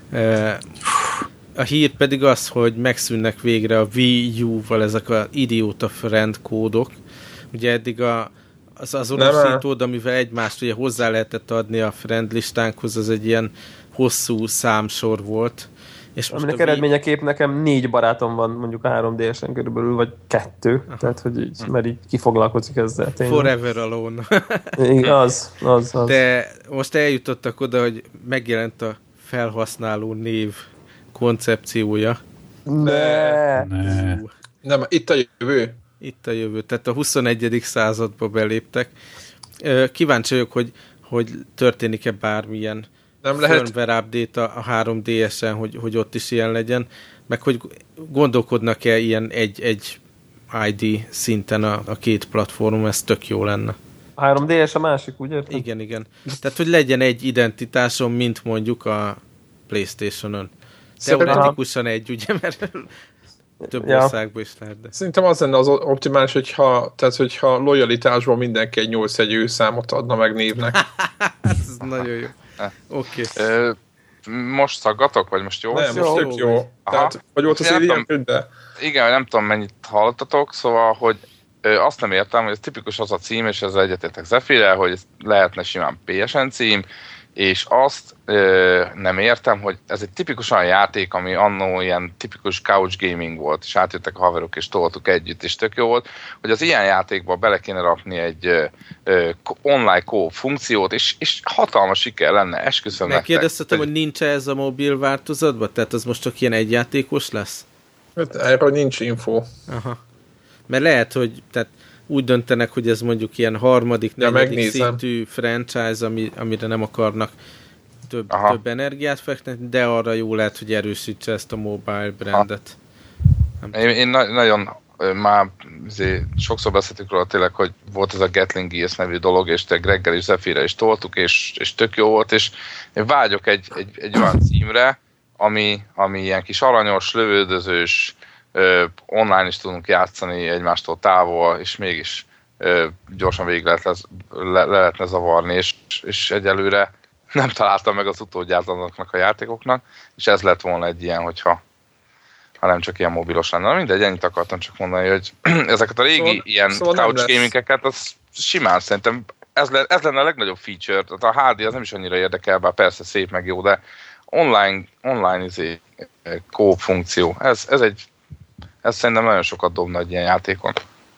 A hír pedig az, hogy megszűnnek végre a Wii U-val ezek a idióta friend kódok. Ugye eddig a az azonosítód, amivel egymást ugye hozzá lehetett adni a friend listánkhoz, az egy ilyen hosszú számsor volt. És aminek eredményeképp nekem négy barátom van mondjuk a három dé esen körülbelül, vagy kettő, aha. Tehát hogy így, mert így kifoglalkozik ezzel. Tényleg. Forever alone. az, az, az. De most eljutottak oda, hogy megjelent a felhasználó név koncepciója. Ne. ne. Nem, itt a jövő. Itt a jövő, tehát a huszonegyedik századba beléptek. Kíváncsi vagyok, hogy, hogy történik-e bármilyen nem lehet firmware update a három dé esen, hogy, hogy ott is ilyen legyen, meg hogy gondolkodnak-e ilyen egy, egy i dé szinten a, a két platformon, ez tök jó lenne. A három dé es a másik, úgy értem? Igen, igen. Tehát, hogy legyen egy identitásom, mint mondjuk a PlayStation-ön. Teoretikusan egy, ugye, mert több ja. országban is lehet, de... Szerintem az lenne az optimális, hogyha, tehát, hogyha lojalitásban mindenki egy nyolc jegyű számot adna meg névnek. Ez nagyon jó. Oké. Okay. Most szaggatok, vagy most jó? Nem, most tök jó. jó. Tehát, vagy volt az ilyen de... Igen, nem tudom, mennyit hallottatok, szóval, hogy ö, azt nem értem, hogy ez tipikus az a cím, és ezzel egyetértek Zephyre, hogy lehetne simán pé es en cím, és azt ö, nem értem, hogy ez egy tipikus olyan játék, ami annó ilyen tipikus couch gaming volt, és átjöttek a haverok, és toltuk együtt, és tök jó volt, hogy az ilyen játékba bele kéne rakni egy ö, ö, online co funkciót, és, és hatalmas siker lenne, esküszöm nektek. Megkérdeztetem, hogy nincs ez a mobil változatban? Tehát az most csak ilyen egyjátékos lesz? Hát erről nincs info. Aha. Mert lehet, hogy tehát úgy döntenek, hogy ez mondjuk ilyen harmadik, ja, negyedik szintű franchise, ami, amire nem akarnak több, több energiát fektetni, de arra jó lehet, hogy erősítse ezt a mobile brandet. Én, én na- nagyon már sokszor beszéltük róla tényleg, hogy volt ez a Gatling Gears nevű dolog, és te Greggel és Zephyre is toltuk, és, és tök jó volt, és én vágyok egy, egy, egy olyan címre, ami, ami ilyen kis aranyos, lövöldözős, Ö, online is tudunk játszani egymástól távol, és mégis ö, gyorsan végig lehet lesz, le, le lehetne zavarni, és, és egyelőre nem találtam meg az utódját azoknak a játékoknak, és ez lett volna egy ilyen, hogyha ha nem csak ilyen mobilos lenne. Na mindegy, ennyit akartam csak mondani, hogy ezeket a régi szóval, ilyen szóval couch gamingeket, az simán szerintem ez, le, ez lenne a legnagyobb feature, tehát a há dé az nem is annyira érdekel, bár persze szép meg jó, de online, online izé, co funkció, ez, ez egy Ez szerintem nagyon sokat dobna egy ilyen játékon.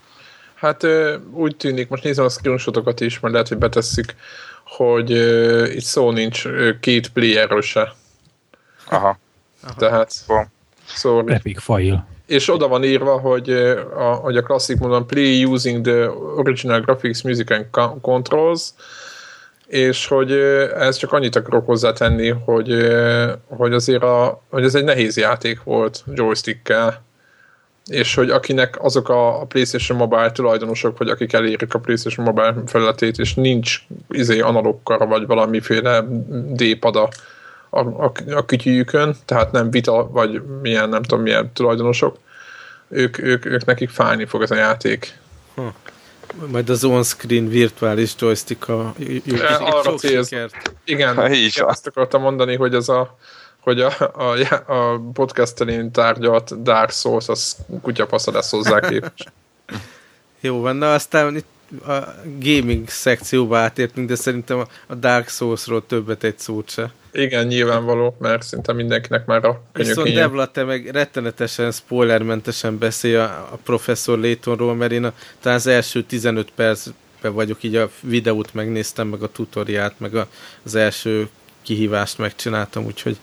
Hát úgy tűnik, most nézem a screenshotokat is, mert lehet, hogy betesszük, hogy itt szó nincs két playerről se. Aha. Tehát, szóval... Epic file. És oda van írva, hogy a, hogy a klasszik módon play using the original graphics, music and controls, és hogy ez csak annyit akarok hozzátenni, hogy, hogy azért a, hogy ez egy nehéz játék volt joystickkel, és hogy akinek azok a PlayStation Mobile tulajdonosok, vagy akik elérik a PlayStation Mobile felületét, és nincs izé analókkal, vagy valamiféle D-pad a, a, a kütyűjükön, tehát nem Vita, vagy milyen, nem tudom milyen tulajdonosok, ők, ők, ők nekik fájni fog ez a játék. Hm. Majd az on-screen virtuális joystick a arra célz. Igen, igen, azt akartam mondani, hogy ez a hogy a, a, a podcast-elén tárgyalt Dark Souls, az kutyapasza lesz hozzá képest. Jó van, na aztán itt a gaming szekcióba átértünk, de szerintem a Dark Souls-ról többet egy szót se. Igen, nyilvánvaló, mert szinte mindenkinek már a könyökényen. Viszont Devla, te meg rettenetesen, spoilermentesen beszél a, a Professzor Laytonról, mert én a, talán az első tizenöt percben vagyok, így a videót megnéztem, meg a tutoriát, meg a, az első kihívást megcsináltam, úgyhogy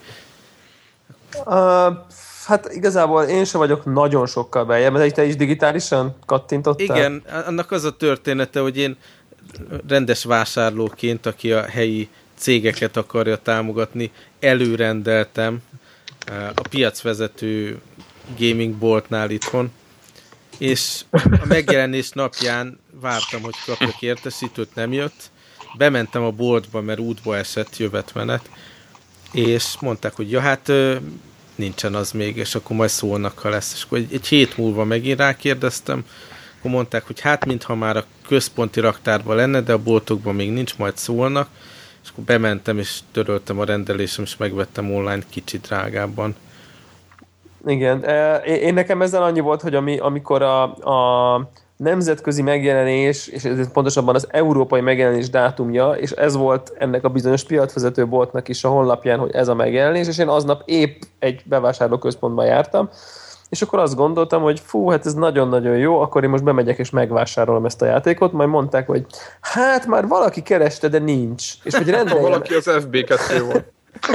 Uh, hát igazából én sem vagyok nagyon sokkal beljebb, mert te is digitálisan kattintottál? Igen, annak az a története, hogy én rendes vásárlóként, aki a helyi cégeket akarja támogatni, előrendeltem a piacvezető gaming boltnál itthon, és a megjelenés napján vártam, hogy kapjak értesítőt, nem jött. Bementem a boltba, mert útba esett jövetmenet, és mondták, hogy ja, hát nincsen az még, és akkor majd szólnak, ha lesz. És akkor egy, egy hét múlva megint rákérdeztem, akkor mondták, hogy hát mintha már a központi raktárban lenne, de a boltokban még nincs, majd szólnak, és akkor bementem, és töröltem a rendelésem, és megvettem online kicsit drágábban. Igen, én nekem ezzel annyi volt, hogy ami, amikor a, a nemzetközi megjelenés, és ez pontosabban az európai megjelenés dátumja, és ez volt ennek a bizonyos piacvezető boltnak is a honlapján, hogy ez a megjelenés, és én aznap épp egy bevásárlóközpontban jártam, és akkor azt gondoltam, hogy fú, hát ez nagyon-nagyon jó, akkor én most bemegyek és megvásárolom ezt a játékot, majd mondták, hogy hát már valaki kereste, de nincs. És hogy rendeljem... valaki az ef bé kettő volt.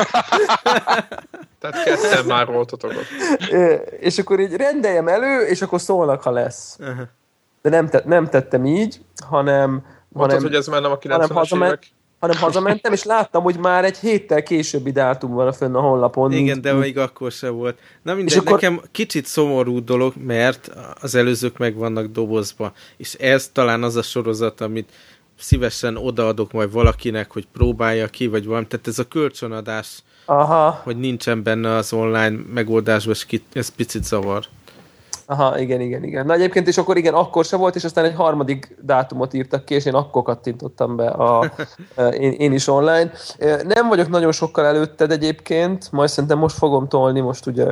Tehát ketten már voltatok ott. És akkor így rendeljem elő, és akkor szólnak, ha lesz. Uh-huh. De nem, te, nem tettem így, hanem... Mondtad, hanem, hogy ez már nem a kilencvenes évek? Hanem hazamentem, és láttam, hogy már egy héttel későbbi dátum van a fönn a honlapon. Igen, mint, de még akkor se volt. Na mindegy, akkor... nekem kicsit szomorú dolog, mert az előzők meg vannak dobozba, és ez talán az a sorozat, amit szívesen odaadok majd valakinek, hogy próbálja ki, vagy valami. Tehát ez a kölcsönadás, aha, hogy nincsen benne az online megoldásban, és ez picit zavar. Aha, igen, igen, igen. Na egyébként is akkor igen, akkor se volt, és aztán egy harmadik dátumot írtak ki, és én akkor kattintottam be a, én, én is online. Nem vagyok nagyon sokkal előtted egyébként, majd szerintem most fogom tolni, most ugye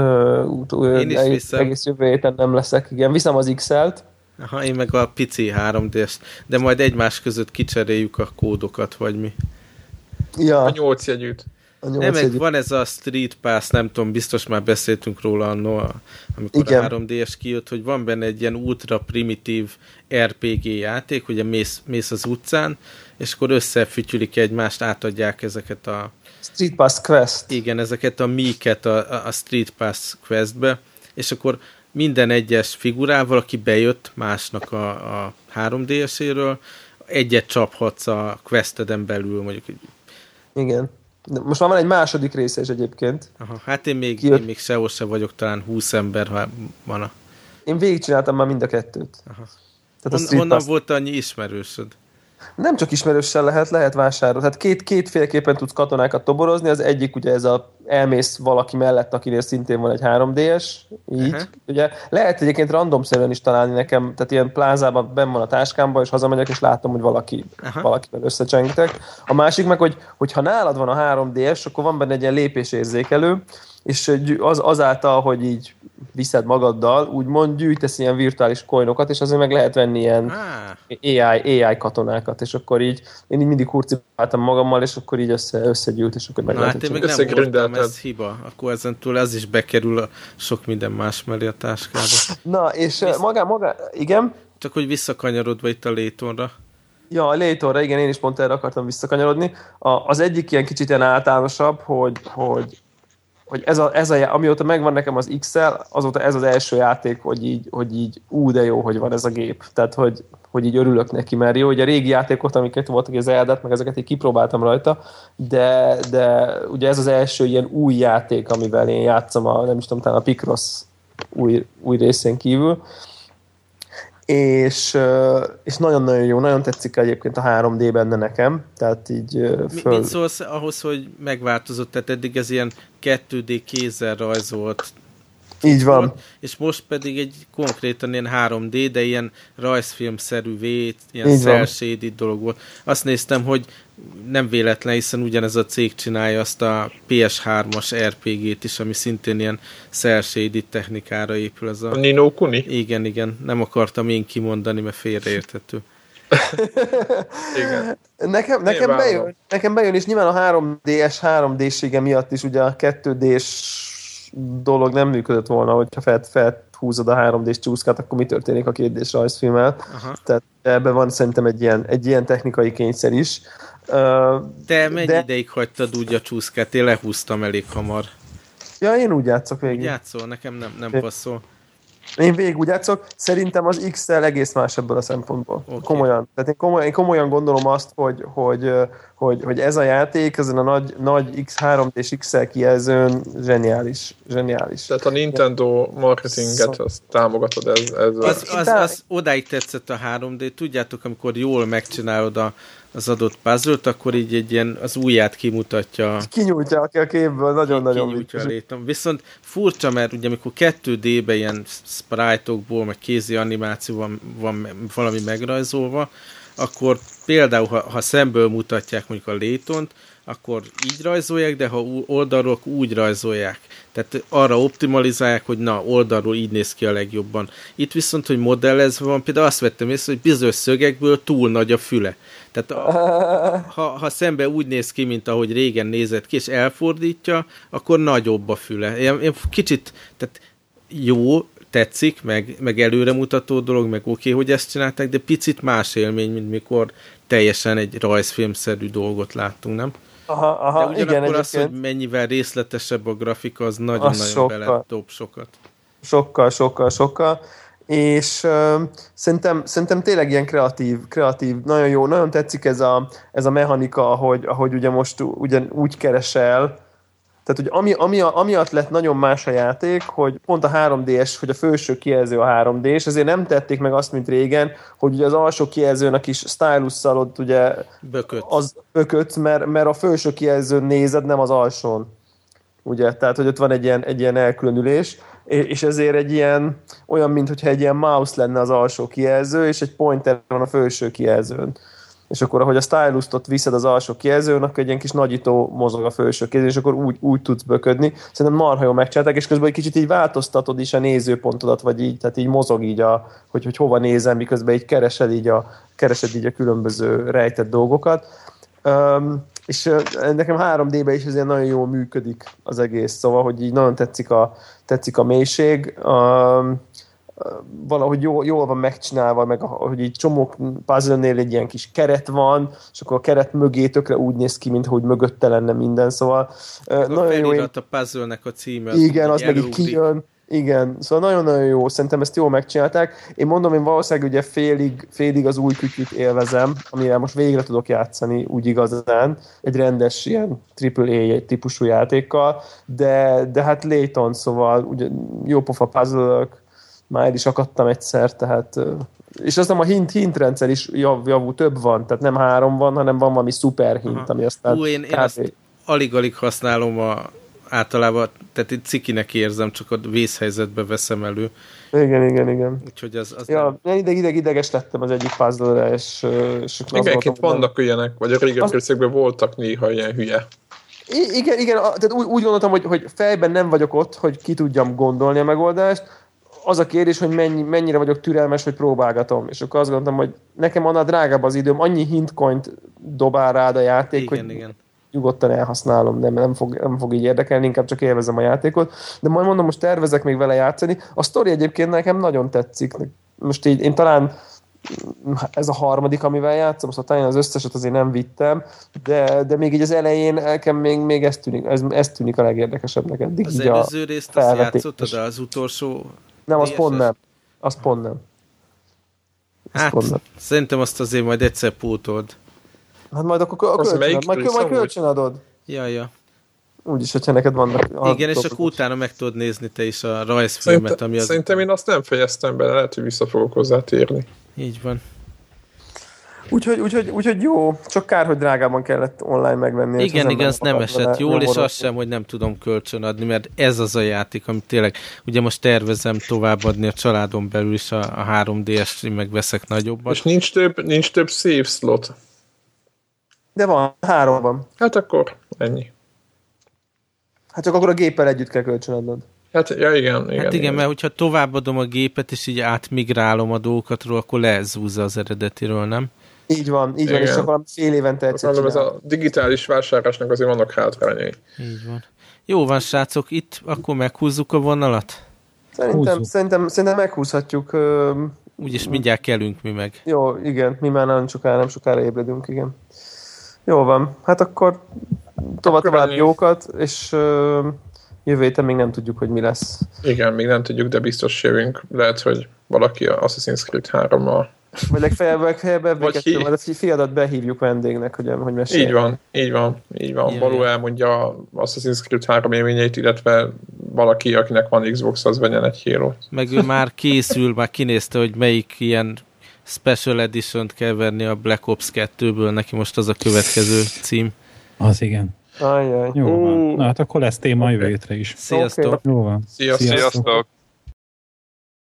én is egész, egész jövő héten nem leszek, igen, viszem az iksz el-t. Aha, én meg a pici három dé-est, de majd egymás között kicseréljük a kódokat, vagy mi. Ja. A nyolc jegyűt. Nem, meg van ez a Street Pass, nem tudom, biztos már beszéltünk róla annó, amikor igen, a három dé-es kijött, hogy van benne egy ilyen ultra primitív er pé gé játék, ugye mész, mész az utcán, és akkor összefütyülik egymást, átadják ezeket a... Street Pass Quest. Igen, ezeket a míket a, a Street Pass Questbe, és akkor minden egyes figurával, aki bejött másnak a, a három dé-eséről, egyet csaphatsz a Questeden belül, mondjuk. Igen. De most már van egy második része is egyébként. Aha, hát én még, én még sehol se vagyok, talán húsz ember van a... Én végigcsináltam már mind a kettőt. Aha. Tehát Hon, honnan Pass... volt annyi ismerősöd? Nem csak ismerőssel lehet, lehet vásárolni. Tehát két, kétféleképpen tudsz katonákat toborozni. Az egyik ugye ez a elmész valaki mellett, akinél szintén van egy három dé-es. Így. Uh-huh. Ugye lehet egyébként randomszerűen is találni nekem, tehát ilyen plázában benn van a táskámban, és hazamegyek, és látom, hogy valaki, uh-huh, valakivel összecsengtek. A másik meg, hogy, hogy ha nálad van a három dé-es, akkor van benne egy ilyen lépésérzékelő, és az, azáltal, hogy így viszed magaddal, úgymond gyűjtesz ilyen virtuális coinokat, és azért meg lehet venni ilyen ah. á i, á i katonákat, és akkor így én így mindig hurcibáltam magammal, és akkor így össze, összegyűlt, és akkor meg Na, lehet, hát én meg nem voltam, ez hiba. Akkor ezentúl ez is bekerül a sok minden más mellé a táskába. Na, és Visz... magá, magá, igen? Csak hogy visszakanyarodva itt a Laytonra. Ja, a Laytonra, igen, én is pont erre akartam visszakanyarodni. A, az egyik ilyen kicsit ilyen általánosabb, hogy, hogy hogy ez a, ez a, amióta megvan nekem az iksz el, azóta ez az első játék, hogy így, hogy így ú, de jó, hogy van ez a gép. Tehát, hogy, hogy így örülök neki, mert jó, hogy a régi játékot, amiket voltak, az Zelda-t, meg ezeket így kipróbáltam rajta, de, de ugye ez az első ilyen új játék, amivel én játszom a, nem is tudom, talán a Picross új, új részén kívül. És, és nagyon-nagyon jó, nagyon tetszik egyébként a három dé benne nekem, tehát így föl... Mit szólsz ahhoz, hogy megváltozott, tehát eddig ez ilyen kettő dé kézzel rajzolt. Így van. Volt, és most pedig egy konkrétan ilyen három dé, de ilyen rajzfilmszerű vét, ilyen cel-shaded dolog volt. Azt néztem, hogy nem véletlen, hiszen ugyanez a cég csinálja azt a pé es hármas er pé gét is, ami szintén ilyen cel-shaded technikára épül. Ez a... a Ni no Kuni? Igen, igen. Nem akartam én kimondani, mert félreérthető. Igen. Nekem, nekem, bejön, nekem bejön, és nyilván a három dé-es három dé-sége miatt is ugye a kettő dés dolog nem működött volna, hogyha fel, felhúzod a három dés csúszkát, akkor mi történik a két dés rajzfilmmel. Aha. Tehát ebben van szerintem egy ilyen, egy ilyen technikai kényszer is. Te mennyi de... ideig hagytad úgy a csúszkát? Én lehúztam elég hamar. Ja, én úgy játszok végig. Úgy játszol? Nekem nem, nem passzol. Én végig úgy játszok, szerintem az iksz el egész más ebből a szempontból. Okay. Komolyan. Tehát én komolyan, én komolyan gondolom azt, hogy, hogy, hogy, hogy ez a játék ezen a nagy, nagy X három dés iksz el kijelzőn zseniális. zseniális. Tehát a Nintendo marketinget azt támogatod ez, ez az, az, az odáig tetszett a három dé, tudjátok, amikor jól megcsinálod a az adott puzzle-t, akkor így egy ilyen, az ujját kimutatja. Kinyújtja a képből, nagyon-nagyon kinyújtja létem. Viszont furcsa, mert ugye amikor kettő dé-ben ilyen sprite-okból, meg kézi animáció van, van valami megrajzolva, akkor például, ha, ha szemből mutatják mondjuk a létont, akkor így rajzolják, de ha oldalról, úgy rajzolják. Tehát arra optimalizálják, hogy na, oldalról így néz ki a legjobban. Itt viszont, hogy modellezve van, például azt vettem észre, hogy bizonyos szögekből túl nagy a füle. Tehát a, ha, ha szembe úgy néz ki, mint ahogy régen nézett ki, és elfordítja, akkor nagyobb a füle. Én, én kicsit, tehát jó, tetszik, meg, meg előremutató dolog, meg oké, okay, hogy ezt csinálták, de picit más élmény, mint mikor teljesen egy rajzfilmszerű dolgot láttunk, nem? Aha, aha, de ugyanakkor igen, az, hogy mennyivel részletesebb a grafika, az nagyon-nagyon bele dob sokat. Sokkal, sokkal, sokkal. És uh, szerintem, szerintem tényleg ilyen kreatív, kreatív, nagyon jó, nagyon tetszik ez a, ez a mechanika, ahogy, ahogy ugye most ugyan úgy keresel. Tehát, hogy ami, ami, amiatt lett nagyon más a játék, hogy pont a három dés, hogy a felső kijelző a három dés, ezért nem tették meg azt, mint régen, hogy ugye az alsó kijelzőn a kis stylusszal ott ugye bököt. Az bököt, mert, mert a felső kijelzőn nézed, nem az alsón. Ugye? Tehát, hogy ott van egy ilyen, egy ilyen elkülönülés, és ezért egy ilyen, olyan, mintha egy ilyen mouse lenne az alsó kijelző, és egy pointer van a felső kijelzőn. És akkor, ahogy a stylust ott viszed az alsó kijelzőn, akkor egy ilyen kis nagyító mozog a felső kijelzőn, és akkor úgy, úgy tudsz böködni. Szerintem marha jól megcsinálták, és közben egy kicsit így változtatod is a nézőpontodat, vagy így, tehát így mozog így, a, hogy, hogy hova nézem, miközben így keresed így a, keresed így a különböző rejtett dolgokat. Um, és uh, nekem három dé-ben is ezért nagyon jól működik az egész, szóval, hogy így nagyon tetszik a, tetszik a mélység. Um, valahogy jól, jól van megcsinálva, meg hogy így csomó puzzle-nél egy ilyen kis keret van, és akkor a keret mögé tökre úgy néz ki, mintha úgy mögötte lenne minden, szóval a nagyon jó. Én... a puzzle-nek a címe. Igen, az meg így kijön. Igen, szóval nagyon-nagyon jó, szerintem ezt jól megcsinálták. Én mondom, én valószínűleg ugye félig, félig az új kütyűt élvezem, amire most végre tudok játszani úgy igazán, egy rendes ilyen triple A típusú játékkal, de, de hát Layton, szóval ugye jó pofa puzzle-ök, már is akadtam egyszer, tehát és azt nem a hint, hint rendszer is jav, javú, több van, tehát nem három van, hanem van valami szuper hint, aha, ami aztán Ú, én, én azt alig-alig használom a, általában, tehát itt cikinek érzem, csak a vészhelyzetbe veszem elő. Igen, igen, igen. Úgyhogy az, az ja, nem... ideg, ideg, ideges lettem az egyik puzzle-re, és, és igen, itt vannak nem... ilyenek, vagy a régen az... részekben voltak néha ilyen hülye. I- igen, igen, tehát úgy, úgy gondoltam, hogy, hogy fejben nem vagyok ott, hogy ki tudjam gondolni a megoldást. Az a kérdés, hogy mennyi, mennyire vagyok türelmes, hogy próbálgatom. És akkor azt gondoltam, hogy nekem annál drágább az időm, annyi hintcoint dobál rád a játék, igen, hogy igen. nyugodtan elhasználom, de nem fog, nem fog így érdekelni, inkább csak élvezem a játékot. De majd mondom, most tervezek még vele játszani. A sztori egyébként nekem nagyon tetszik. Most így én talán ez a harmadik, amivel játszom, szóval talán az összeset azért nem vittem, de, de még így az elején nekem még, még ez, tűnik, ez, ez tűnik a legérdekesebbnek eddig. Az előző részt azt játszottad, az utolsó Nem, az pont nem. Az pont nem. Az hát, pont nem. szerintem azt azért majd egyszer pótold. Hát majd akkor a kölcsönad, majd, majd kölcsönadod. Ja, ja. Úgyis, hogyha neked vannak... Igen, és akkor utána meg tudod nézni te is a rajzfilmet, Szerintem, ami az... Szerintem én azt nem fejeztem be, lehet, hogy vissza fogok hozzátérni. Így van. Úgyhogy, úgyhogy, úgyhogy jó, csak kár, hogy drágában kellett online megvenni. Igen, igen, ez nem esett jól, és azt sem, hogy nem tudom kölcsönadni, mert ez az a játék, amit tényleg, ugye most tervezem továbbadni a családon belül is a, a három dé es-t, megveszek nagyobbat. És nincs több, nincs több save slot. De van, három van. Hát akkor ennyi. Hát csak akkor a géppel együtt kell kölcsönadnod. Hát ja, igen, igen. Hát igen, igen. mert hogyha továbbadom a gépet, és így átmigrálom a dolgokatról, akkor lezúzza az eredetiről, nem? Így van, így igen. Van, és csak valami fél évente egyszer csinál. Ez a digitális vásárlásnak azért vannak hátrányai. Így van. Jó van, srácok, itt akkor meghúzzuk a vonalat? Szerintem, szerintem, szerintem meghúzhatjuk. Úgyis mindjárt kelünk mi meg. Jó, igen, mi már nem sokára, nem sokára ébredünk, igen. Jó van, hát akkor tovább, tovább jókat, és uh, jövő héten még nem tudjuk, hogy mi lesz. Igen, még nem tudjuk, de biztos jövünk. Lehet, hogy valaki a Assassin's Creed hárommal. Vagy legfeljebb, legfeljebb Vagy hi- majd a fiadat behívjuk vendégnek, hogy, hogy mesélj. Így van, így van, így van. Balú elmondja Assassin's Creed három élményeit, illetve valaki, akinek van Xbox, az vegyen egy hírót. Meg ő már készül, már kinézte, hogy melyik ilyen Special Edition-t kell venni a Black Ops kettőből, neki most az a következő cím. Az igen. Ajjaj. Jó van. Na hát akkor lesz téma jövő hétre is. Sziasztok! Okay. Jó van. Sziasztok! Sziasztok.